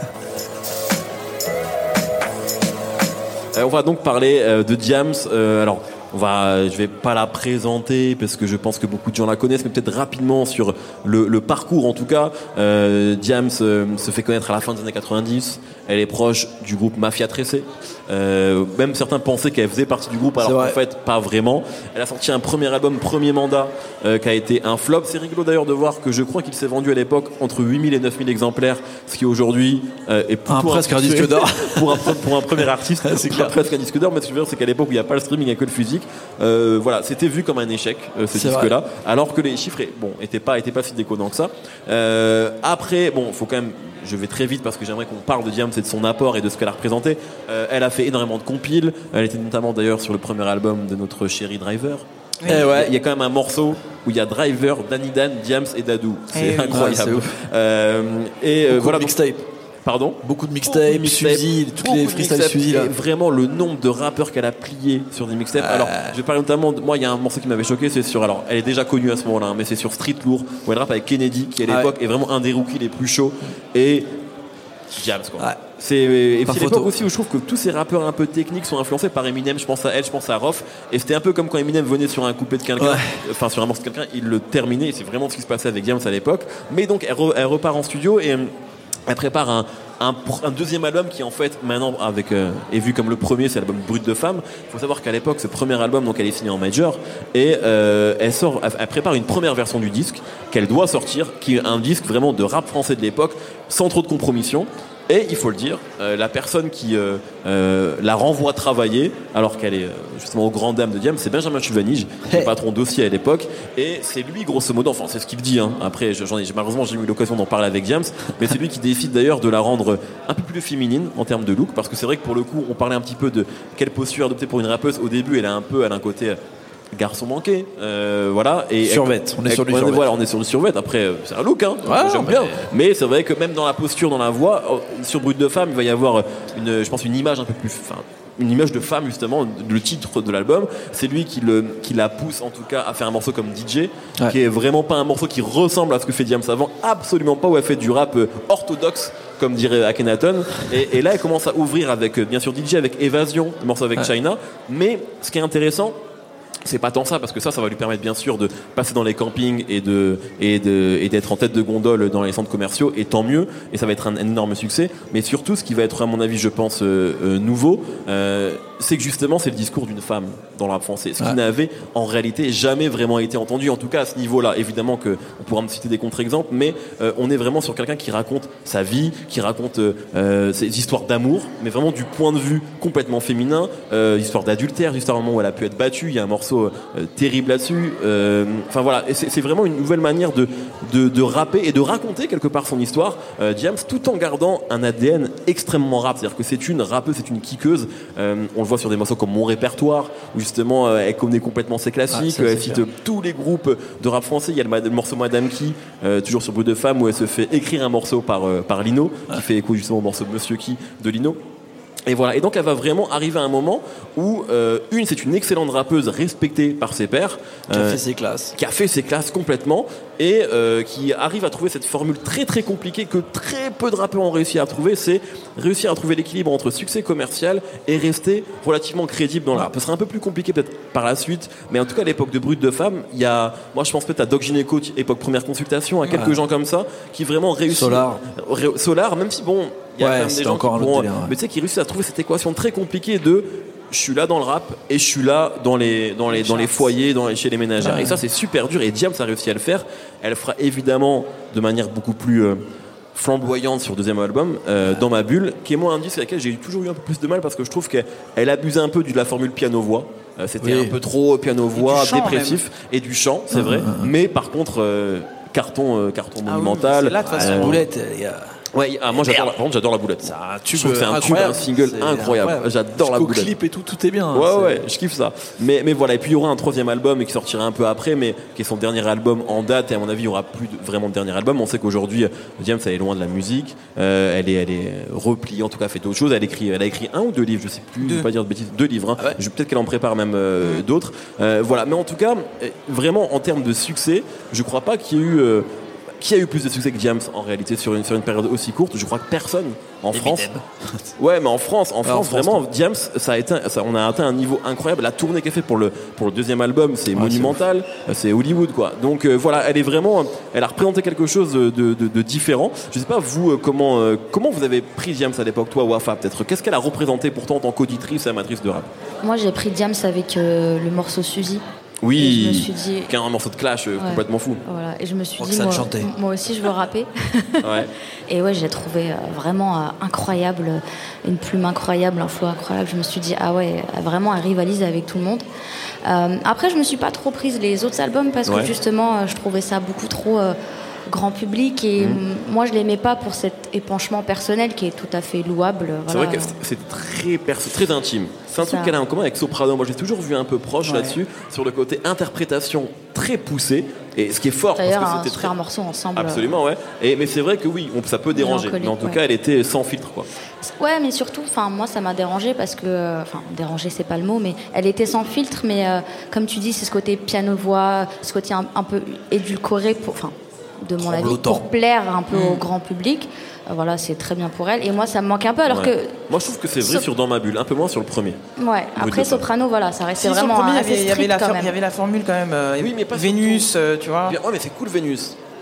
S1: On va donc parler euh, de Diams. Euh, alors, on va, je vais pas la présenter parce que je pense que beaucoup de gens la connaissent, mais peut-être rapidement sur le, le parcours en tout cas. Euh, Diams euh, se fait connaître à la fin des années quatre-vingt-dix. Elle est proche du groupe Mafia Tressé. Euh, même certains pensaient qu'elle faisait partie du groupe, alors qu'en fait, pas vraiment. Elle a sorti un premier album, Premier Mandat, euh, qui a été un flop. C'est rigolo d'ailleurs de voir que je crois qu'il s'est vendu à l'époque entre huit mille et neuf mille exemplaires, ce qui aujourd'hui euh, est plutôt
S2: un, presque un disque d'or
S1: pour, un, pour un premier artiste. C'est clair. Presque un disque d'or, mais ce que je veux dire, c'est qu'à l'époque où il n'y a pas le streaming, il n'y a que le physique. Euh, voilà, c'était vu comme un échec euh, ce c'est disque-là, vrai. Alors que les chiffres, bon, étaient pas, étaient pas si déconnants que ça. Euh, après, bon, faut quand même. Je vais très vite parce que j'aimerais qu'on parle de Diams et de son apport et de ce qu'elle a représenté. Euh, elle a fait énormément de compiles. Elle était notamment d'ailleurs sur le premier album de notre chéri Driver.
S2: Oui. Et ouais.
S1: Il y a quand même un morceau où il y a Driver, Danny Dan, Diams et Dadou. C'est et incroyable. Ouais, c'est euh, et euh, voilà.
S2: Mixtape.
S1: Pardon ?
S2: Beaucoup de mixtapes, mixtape, Suzy, toutes les freestyles Suzy là.
S1: Et vraiment le nombre de rappeurs qu'elle a plié sur des mixtapes. Euh... Alors, je vais parler notamment de, moi il y a un morceau qui m'avait choqué, c'est sur, alors elle est déjà connue à ce moment-là, hein, mais c'est sur Street Lourd où elle rappe avec Kennedy qui à l'époque ah ouais. est vraiment un des rookies les plus chauds et Diams quoi. Ouais. C'est et puis c'est l'époque aussi où je trouve que tous ces rappeurs un peu techniques sont influencés par Eminem. Je pense à elle, je pense à Rof, et c'était un peu comme quand Eminem venait sur un couplet de quelqu'un, ouais. enfin sur un morceau de quelqu'un, il le terminait. Et c'est vraiment ce qui se passait avec Diams à l'époque. Mais donc elle, re, elle repart en studio et Elle prépare un, un, un deuxième album qui en fait maintenant avec euh, est vu comme le premier, c'est l'album Brut de Femme. Il faut savoir qu'à l'époque ce premier album, donc elle est signée en major et euh, elle sort, elle, elle prépare une première version du disque qu'elle doit sortir, qui est un disque vraiment de rap français de l'époque, sans trop de compromission. Et il faut le dire, euh, la personne qui euh, euh, la renvoie travailler, alors qu'elle est euh, justement aux grandes dames de Diams, c'est Benjamin Chuvanige, qui est patron dossier à l'époque, et c'est lui grosso modo, enfin c'est ce qu'il dit. Hein. Après, j'en ai malheureusement j'ai eu l'occasion d'en parler avec Diams, mais c'est lui qui décide d'ailleurs de la rendre un peu plus féminine en termes de look, parce que c'est vrai que pour le coup, on parlait un petit peu de quelle posture adopter pour une rappeuse. Au début, elle a un peu, elle a un côté garçon manqué, euh, voilà. Et
S2: survêt, on est sur du survêt.
S1: Voilà, on est sur du survêt. Après, c'est un look, hein.
S2: Ouais,
S1: j'aime
S2: mais...
S1: bien. Mais c'est vrai que même dans la posture, dans la voix, sur Brut de Femme, il va y avoir une, je pense, une image un peu plus, enfin, une image de femme justement. Le titre de l'album, c'est lui qui le, qui la pousse en tout cas à faire un morceau comme D J, ouais. qui est vraiment pas un morceau qui ressemble à ce que fait Diams avant, absolument pas. Où elle fait du rap orthodoxe, comme dirait Akhenaton, et, et là elle commence à ouvrir avec, bien sûr, D J avec Évasion, le morceau avec ouais. China. Mais ce qui est intéressant, c'est pas tant ça, parce que ça, ça va lui permettre bien sûr de passer dans les campings et de et de et d'être en tête de gondole dans les centres commerciaux, et tant mieux, et ça va être un, un énorme succès. Mais surtout, ce qui va être à mon avis, je pense, euh, euh, nouveau, euh, c'est que justement, c'est le discours d'une femme dans le rap français, ce qui ouais. n'avait en réalité jamais vraiment été entendu, en tout cas à ce niveau-là. Évidemment que on pourra me citer des contre-exemples, mais euh, on est vraiment sur quelqu'un qui raconte sa vie, qui raconte euh, ses histoires d'amour, mais vraiment du point de vue complètement féminin, euh, histoire d'adultère, histoire d'un moment où elle a pu être battue. Il y a un morceau Euh, terrible là-dessus. Enfin euh, voilà, et c'est, c'est vraiment une nouvelle manière de, de, de rapper et de raconter quelque part son histoire, euh, Diams, tout en gardant un A D N extrêmement rap. C'est-à-dire que c'est une rappeuse, c'est une kickeuse. Euh, on le voit sur des morceaux comme Mon Répertoire, où justement euh, elle connaît complètement ses classiques. Ah, ça, elle cite clair. tous les groupes de rap français. Il y a le, le morceau Madame Qui, euh, toujours sur Brut de Femme, où elle se fait écrire un morceau par, euh, par Lino, ah. qui fait écho justement au morceau Monsieur Qui de Lino. Et voilà, et donc elle va vraiment arriver à un moment où euh, une, c'est une excellente rappeuse respectée par ses pairs,
S2: qui
S1: euh,
S2: a fait ses classes,
S1: qui a fait ses classes complètement, et euh, qui arrive à trouver cette formule très très compliquée que très peu de rappeurs ont réussi à trouver, c'est réussir à trouver l'équilibre entre succès commercial et rester relativement crédible dans le rap. Ce sera un peu plus compliqué peut-être par la suite, mais en tout cas à l'époque de Brut de Femme, il y a, moi je pense peut-être à Doc Gynéco, époque première consultation, à quelques ouais. gens comme ça qui vraiment réussissent.
S2: Solar,
S1: ré, Solar, même si bon. Il y a
S2: ouais,
S1: quand même des gens
S2: encore
S1: qui pourront,
S2: télé, ouais.
S1: mais tu sais, qui réussissent à trouver cette équation très compliquée de je suis là dans le rap et je suis là dans les dans les dans les foyers, dans les, chez les ménagères. Ouais. Et ça c'est super dur, et Diams a réussi à le faire. Elle fera évidemment de manière beaucoup plus euh, flamboyante sur le deuxième album, euh, ouais. Dans ma bulle, qui est moi un disque avec lequel j'ai toujours eu un peu plus de mal, parce que je trouve qu'elle elle abusait un peu de la formule piano-voix. Euh, c'était oui. un peu trop piano-voix, dépressif, même. Et du chant, c'est mmh, vrai. Mmh. Mais par contre, euh, carton euh, carton ah monumental.
S2: Oui, c'est là de toute façon, euh, boulette, il y a...
S1: Ouais, ah, moi j'adore la, par contre, j'adore la boulette.
S2: C'est un tube,
S1: c'est un, tube, un single incroyable. incroyable. J'adore la boulette.
S2: Clip et tout, tout est bien.
S1: Ouais,
S2: c'est...
S1: ouais, je kiffe ça. Mais, mais voilà, et puis il y aura un troisième album qui sortira un peu après, mais qui est son dernier album en date. Et à mon avis, il y aura plus de, vraiment de dernier album. On sait qu'aujourd'hui, Diams, elle est loin de la musique. Euh, elle est, elle est repliée, en tout cas, fait d'autres choses. Elle écrit, elle a écrit un ou deux livres, je sais plus, deux. Je vais pas dire de bêtises, deux livres. Hein. Ah ouais. je, peut-être qu'elle en prépare même euh, mmh. d'autres. Euh, voilà, mais en tout cas, vraiment en termes de succès, je crois pas qu'il y ait eu. Euh, Qui a eu plus de succès que Diams en réalité sur une, sur une période aussi courte? Je crois que personne en Et France. Ouais, mais en France, en France, ouais, en France vraiment, Diams, ça a été, ça, on a atteint un niveau incroyable. La tournée qu'elle fait pour le pour le deuxième album, c'est ouais, monumental, c'est, c'est Hollywood quoi. Donc euh, voilà, elle est vraiment, elle a représenté quelque chose de, de, de différent. Je sais pas vous euh, comment euh, comment vous avez pris Diams à l'époque, toi Wafa peut-être. Qu'est-ce qu'elle a représenté pourtant en tant qu'auditrice et amatrice de rap?
S4: Moi, j'ai pris Diams avec euh, le morceau Suzy.
S1: Oui,
S4: je me suis dit...
S1: qui a un morceau de Clash euh, ouais. complètement fou.
S4: Voilà. Et je me suis dit, moi, moi aussi, je veux rapper.
S1: Ouais.
S4: Et ouais, j'ai trouvé euh, vraiment euh, incroyable, une plume incroyable, un flow incroyable. Je me suis dit, ah ouais, vraiment, elle rivalise avec tout le monde. Euh, après, je me suis pas trop prise les autres albums parce ouais. que justement, euh, je trouvais ça beaucoup trop euh, grand public, et mmh. moi, je l'aimais pas pour cet épanchement personnel qui est tout à fait louable. Voilà.
S1: C'est vrai que c'est, c'est très, perso- très intime. C'est un truc qu'elle a en commun avec Soprano. Moi, j'ai toujours vu un peu proche ouais. là-dessus, sur le côté interprétation très poussé. Et ce qui est fort,
S4: d'ailleurs,
S1: parce que c'était
S4: un super
S1: très...
S4: morceau ensemble.
S1: Absolument, ouais. Et, mais c'est vrai que oui, on, ça peut déranger. Mais en tout ouais. cas, elle était sans filtre, quoi.
S4: Ouais, mais surtout, enfin, moi, ça m'a dérangé parce que, enfin, déranger, c'est pas le mot, mais elle était sans filtre. Mais euh, comme tu dis, c'est ce côté piano-voix, ce côté un, un peu édulcoré, pour, enfin, de mon avis, pour plaire un peu mmh. au grand public. Voilà, c'est très bien pour elle. Et moi, ça me manque un peu, alors ouais. que...
S1: Moi, je trouve que c'est vrai so... sur Dans ma bulle, un peu moins sur le premier.
S4: Ouais, après Soprano, voilà, ça restait
S3: si,
S4: vraiment
S3: sur le premier,
S4: assez
S3: il y avait,
S4: strict
S3: la
S4: quand
S3: for-
S4: même.
S3: Il y avait la formule quand même, euh,
S1: oui, mais pas
S3: Vénus, euh, tu vois.
S1: Ouais, mais c'est cool Vénus.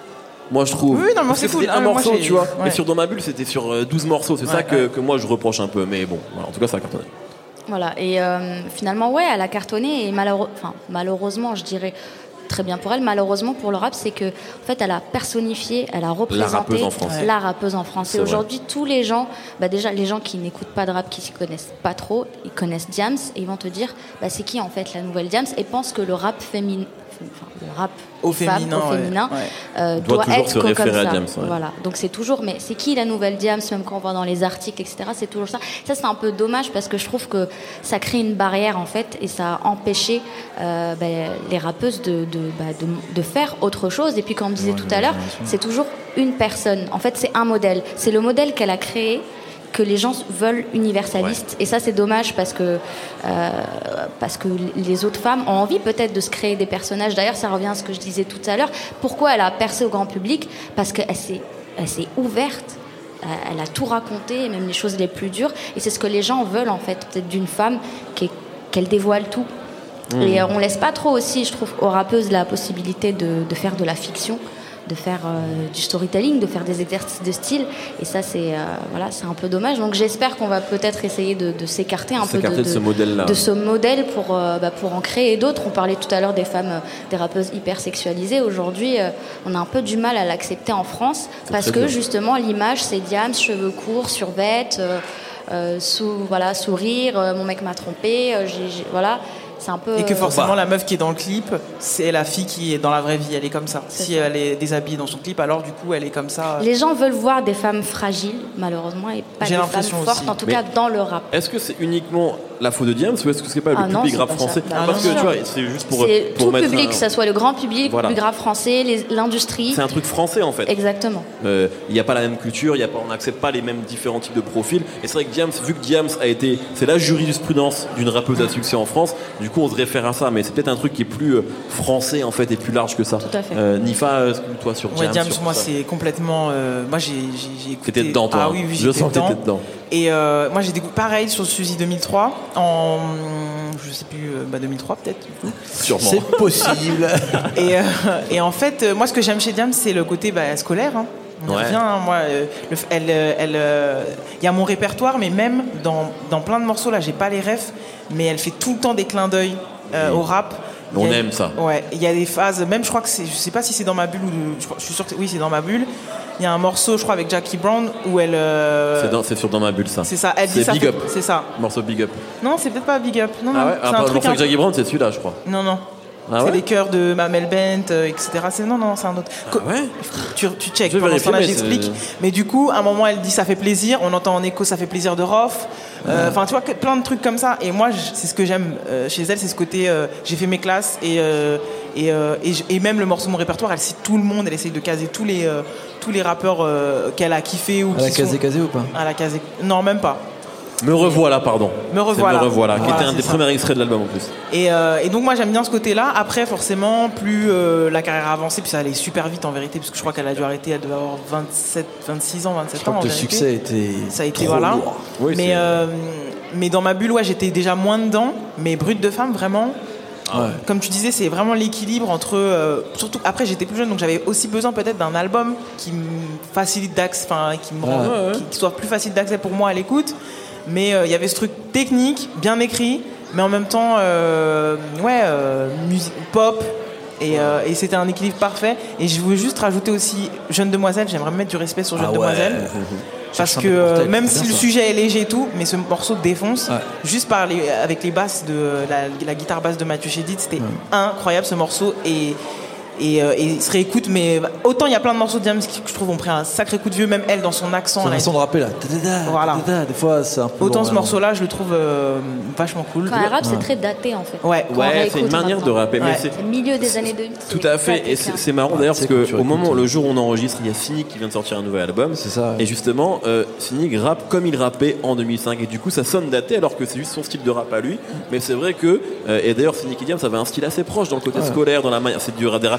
S1: Moi je trouve.
S3: Oui, non, moi
S1: Parce
S3: c'est
S1: que
S3: cool.
S1: c'était
S3: Ah,
S1: un
S3: moi,
S1: morceau,
S3: j'ai-
S1: tu vois.
S3: ouais.
S1: Mais sur Dans ma bulle, c'était sur euh, douze morceaux. C'est
S3: Ouais,
S1: ça que,
S3: ouais.
S1: que moi je reproche un peu. Mais bon, voilà, en tout cas, ça a cartonné.
S4: Voilà, et euh, finalement, ouais, elle a cartonné, et malheureux- enfin, malheureusement, je dirais très bien pour elle, malheureusement pour le rap, c'est que en fait, elle a personnifié, elle a représenté
S1: rappeuse en France.
S4: la rappeuse en France.
S1: C'est
S4: Et
S1: vrai.
S4: aujourd'hui, tous les gens, bah déjà, les gens qui n'écoutent pas de rap, qui s'y connaissent pas trop, ils connaissent Diams, et ils vont te dire, bah, c'est qui en fait la nouvelle Diams, et pensent que le rap féminin, enfin, le rap
S3: Au
S4: femme,
S3: féminin,
S4: au
S3: ouais.
S4: féminin,
S3: Ouais.
S4: euh,
S1: Doit
S4: doit,
S1: toujours
S4: être
S1: se
S4: co- comme
S1: référer à
S4: ça.
S1: Diams, ouais.
S4: Voilà. Donc c'est toujours, mais c'est qui la nouvelle Diams, même quand on voit dans les articles, et cetera. C'est toujours ça. Ça c'est un peu dommage parce que je trouve que ça crée une barrière en fait et ça a empêché euh, ben, les rappeuses de, de, bah, de, de faire autre chose. Et puis comme on disait
S5: Ouais,
S4: tout
S5: de
S4: à l'heure,
S5: génération.
S4: c'est toujours une personne. En fait c'est un modèle. C'est le modèle qu'elle a créé que les gens veulent universaliste. Et ça, c'est dommage parce que, euh, parce que les autres femmes ont envie peut-être de se créer des personnages. D'ailleurs, ça revient à ce que je disais tout à l'heure. Pourquoi elle a percé au grand public ? Parce qu'elle s'est, elle s'est ouverte. Elle a tout raconté, même les choses les plus dures. Et c'est ce que les gens veulent, en fait, peut-être d'une femme qui est- qu'elle dévoile tout.
S1: Mmh.
S4: Et euh, on laisse pas trop aussi, je trouve, aux rappeuses la possibilité de, de faire de la fiction, de faire euh, du storytelling, de faire des exercices de style. Et ça, c'est euh, voilà, c'est un peu dommage. Donc j'espère qu'on va peut-être essayer de, de s'écarter un peu
S1: S'écarter
S4: de,
S1: de ce modèle-là.
S4: de ce modèle pour, euh, bah, pour en créer d'autres. On parlait tout à l'heure des femmes, euh, des rappeuses hyper sexualisées. Aujourd'hui, euh, on a un peu du mal à l'accepter en France parce
S1: très
S4: que
S1: dur.
S4: justement, l'image, c'est Diams, cheveux courts, survêt, euh, euh, sous, voilà, sourire, euh, mon mec m'a trompé, euh, j'ai, j'ai- voilà. C'est un peu.
S3: Et que
S4: euh,
S3: forcément,
S2: bah.
S3: la meuf qui est dans le clip, c'est la fille qui est dans la vraie vie. Elle est comme ça.
S4: C'est
S3: Si
S4: ça.
S3: elle est déshabillée dans son clip, alors du coup, elle est comme ça.
S4: Les gens veulent voir des femmes fragiles, malheureusement, et pas
S3: J'ai
S4: des femmes
S3: l'impression
S4: fortes,
S3: aussi.
S4: en tout
S1: Mais-
S4: cas dans le rap.
S1: Est-ce que c'est uniquement la faute de Diams ou est-ce que c'est pas
S4: Ah
S1: le
S4: non,
S1: public
S4: c'est
S1: rap
S4: pas
S1: français
S4: ça.
S3: Ah
S1: Parce
S3: non,
S1: que
S3: non.
S1: tu vois, c'est juste pour,
S4: C'est
S1: pour
S4: tout
S1: mettre
S4: public,
S1: un-
S4: que ce soit le grand public,
S1: Voilà.
S4: le rap français, les- l'industrie.
S1: C'est un truc français en fait.
S4: Exactement.
S1: Euh, Il n'y a pas la même culture, il y a pas, on n'accepte pas les mêmes différents types de profils. Et c'est vrai que Diams, vu que Diams a été, c'est la jurisprudence d'une rappeuse à succès en France, du coup on se réfère à ça. Mais c'est peut-être un truc qui est plus euh, français en fait et plus large que ça.
S4: Tout à fait.
S1: Euh, Nifa, euh, toi sur
S3: Ouais,
S1: Diams,
S3: Diams,
S1: sur
S3: moi,
S1: ça.
S3: c'est complètement. euh, moi, j'ai, j'ai, j'ai écouté.
S1: T'étais dedans toi.
S3: Ah
S1: hein.
S3: oui, oui,
S1: Je
S3: j'étais
S1: sens que
S3: dedans.
S1: t'étais dedans.
S3: Et euh, moi, j'ai découvert pareil sur Suzy deux mille trois, en. Je sais plus, euh, bah deux mille trois peut-être. du coup.
S1: Sûrement.
S2: C'est possible.
S3: Et, euh, et en fait, euh, moi, ce que j'aime chez Diams, c'est le côté bah, scolaire. Hein. On y
S1: Ouais.
S3: revient, hein, moi. euh, le f- elle, euh, elle, euh, il y a mon répertoire, mais même dans, dans plein de morceaux, là, j'ai pas les refs, mais elle fait tout le temps des clins d'œil euh,
S1: Oui.
S3: au rap.
S1: On
S3: Il y a-
S1: aime ça.
S3: Ouais, il y a des phases, même je crois que c'est, je sais pas si c'est dans ma bulle ou de- je, crois- je suis sûr que c'est- oui, c'est dans ma bulle. Il y a un morceau, je crois, avec Jackie Brown où elle. euh,
S1: C'est, dans- c'est sur Dans ma bulle ça.
S3: c'est ça, elle dit
S1: C'est
S3: ça.
S1: Big
S3: fait-
S1: Up.
S3: C'est ça.
S1: Morceau Big Up.
S3: Non, c'est peut-être pas Big Up. Non, non,
S1: Ah ouais.
S3: c'est
S1: Ah,
S3: un
S1: pas- le
S3: truc.
S1: morceau avec
S3: un-
S1: Jackie Brown, c'est celui-là, je crois.
S3: Non, non.
S1: Ah
S3: c'est
S1: ouais.
S3: les chœurs de Mamel Bent, euh, et cetera. C'est non, non, c'est un autre. Co-
S1: Ah ouais.
S3: Tu, tu check.
S1: Je vais
S3: Pendant ce
S1: vérifier,
S3: temps-là,
S1: mais
S3: j'explique.
S1: c'est-
S3: Mais du coup, à un moment, elle dit ça fait plaisir. On entend en écho ça fait plaisir de Rof. Euh, Enfin, tu vois, que- plein de trucs comme ça. Et moi, je- c'est ce que j'aime euh, chez elle, c'est ce côté. euh, j'ai fait mes classes et euh, et, euh, et, je- et même le morceau de mon répertoire, elle cite tout le monde. Elle essaye de caser tous les euh, tous les rappeurs euh, qu'elle a kiffé ou
S2: Elle a
S3: qui
S2: casé
S3: sont.
S2: casé ou pas?
S3: Elle a casé. Non, même pas.
S1: Me revoilà, pardon.
S3: Me revoilà.
S1: C'est Me revoilà, qui
S3: Voilà,
S1: était un
S3: c'est
S1: des
S3: ça.
S1: premiers extraits de l'album en plus.
S3: Et, euh, et donc moi j'aime bien ce côté-là. Après forcément plus euh, la carrière a avancé, puis ça allait super vite en vérité, parce que je crois qu'elle a dû arrêter, elle devait avoir vingt-sept, vingt-six ans, vingt-sept
S2: Je crois
S3: ans en
S2: que le
S3: vérité.
S2: succès était.
S3: Ça a été
S2: trop
S3: voilà.
S2: lourd.
S1: Oui,
S3: mais
S1: c'est-
S3: euh, mais dans ma bulle, ouais, j'étais déjà moins dedans. Mais Brut de femme, vraiment.
S2: Ouais.
S3: Comme tu disais, c'est vraiment l'équilibre entre. euh, surtout après, j'étais plus jeune, donc j'avais aussi besoin peut-être d'un album qui me facilite d'accès, enfin qui me rend-
S2: Ouais,
S1: ouais.
S3: qui, qui soit plus facile d'accès pour moi à l'écoute. Mais euh, il y avait ce truc technique, bien écrit, mais en même temps, euh, ouais, euh, musique pop. Et, euh, et c'était un équilibre parfait. Et je voulais juste rajouter aussi Jeune Demoiselle. J'aimerais mettre du respect sur Jeune
S2: Ah ouais.
S3: Demoiselle. Parce
S2: Cherche un
S3: que
S2: peu de
S3: euh,
S2: portail,
S3: même
S2: c'est
S3: si
S2: bien
S3: le
S2: ça.
S3: sujet est léger et tout, mais ce morceau défonce.
S2: Ouais.
S3: Juste par les, avec les basses de la, la guitare basse de Mathieu Chédid, c'était incroyable ce morceau. Et, et, euh, et il se réécoute, mais autant il y a plein de morceaux de Diams qui, que je trouve, ont pris un sacré coup de vieux, même elle dans son accent.
S2: Son
S3: elle a
S2: façon de rapper là. Ta-da-da,
S3: Voilà.
S2: ta-da-da. Des fois, c'est un peu.
S3: Autant
S2: lourd,
S3: ce
S2: vraiment.
S3: morceau-là, je le trouve euh, vachement cool.
S4: Quand elle rappe, c'est très daté en fait.
S3: Ouais,
S4: Quand on
S1: Ouais, c'est
S4: réécoute
S1: une manière de
S4: maintenant.
S1: rapper. Mais
S3: Ouais.
S1: c'est-
S4: C'est le milieu des années deux mille.
S1: Tout à fait, et c'est c'est marrant d'ailleurs
S2: Ouais,
S1: parce
S2: tu sais, quand
S1: qu'au
S2: tu
S1: moment,
S2: réécoutes,
S1: le jour où on enregistre, il y a Cynic qui vient de sortir un nouvel album.
S2: C'est ça, ouais.
S1: Et justement, euh, Cynic rappe comme il rappait en deux mille cinq. Et du coup, ça sonne daté alors que c'est juste son style de rap à lui. Mais c'est vrai que, euh, et d'ailleurs, Cynic et Diams, ça avait un style assez proche dans le côté
S2: Ouais.
S1: scolaire, dans la manière. C'est du, des rappeurs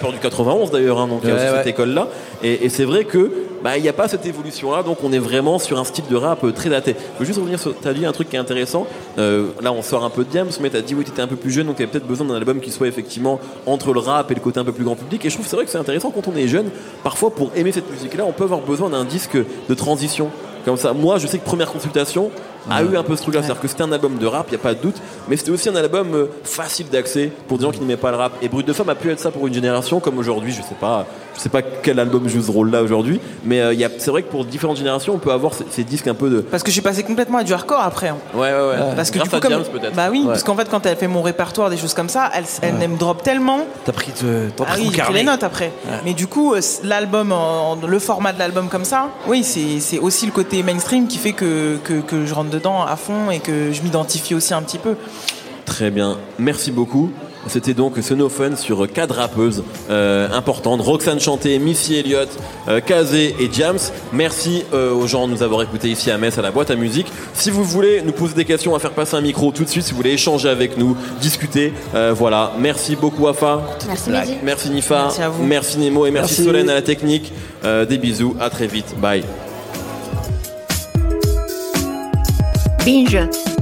S1: rappeurs du quatre-vingt-onze d'ailleurs, hein, donc il y a
S2: Ouais,
S1: aussi
S2: ouais.
S1: cette école-là. Et, et c'est vrai que bah il n'y a pas cette évolution-là, donc on est vraiment sur un style de rap euh, très daté. Je veux juste revenir sur, t'as dit un truc qui est intéressant. Euh, là, on sort un peu de Diams, mais t'as dit oui, t'étais un peu plus jeune, donc t'avais peut-être besoin d'un album qui soit effectivement entre le rap et le côté un peu plus grand public. Et je trouve que c'est vrai que c'est intéressant quand on est jeune. Parfois, pour aimer cette musique-là, on peut avoir besoin d'un disque de transition. Comme ça, moi, je sais que Première Consultation a eu un peu ce truc-là, c'est-à-dire que c'était un album de rap, il y a pas de doute, mais c'était aussi un album euh, facile d'accès pour des gens qui n'aimaient pas le rap. Et Brut de Femme a pu être ça pour une génération, comme aujourd'hui, je sais pas, je sais pas quel album joue ce rôle-là aujourd'hui, mais euh, il y a, c'est vrai que pour différentes générations, on peut avoir ces, ces disques un peu de.
S3: Parce que je suis passé complètement à du hardcore après. Hein.
S1: Ouais, ouais, ouais.
S3: Parce que
S1: Grâce
S3: du coup,
S1: à Diams,
S3: comme...
S1: peut-être.
S3: Bah oui,
S2: Ouais.
S3: parce qu'en fait, quand elle fait mon répertoire, des choses comme ça, elle, elle
S2: Ouais.
S3: name drop tellement.
S2: T'as pris, te, t'as
S3: Ah
S2: pris
S3: oui,
S2: ton
S3: j'ai pris
S2: carnet.
S3: les notes après.
S2: Ouais.
S3: Mais du coup, euh, l'album, en- le format de l'album comme ça, oui, c'est c'est aussi le côté mainstream qui fait que, que, que je rentre dedans à fond et que je m'identifie aussi un petit peu.
S1: Très bien, merci beaucoup. C'était donc ce No Fun sur quatre rappeuses euh, importantes, Roxane Chanté, Missy Elliott, euh, Kazé et Diams. Merci euh, aux gens de nous avoir écoutés ici à Metz à la boîte à musique. Si vous voulez nous poser des questions, à faire passer un micro tout de suite, si vous voulez échanger avec nous, discuter, euh, voilà. Merci beaucoup Afa.
S4: Merci Mehdi.
S1: Merci Nifa.
S3: Merci à vous.
S1: Merci Nemo et merci,
S2: Merci.
S1: Solène à la technique. Euh, des bisous, à très vite. Bye.
S5: Binge.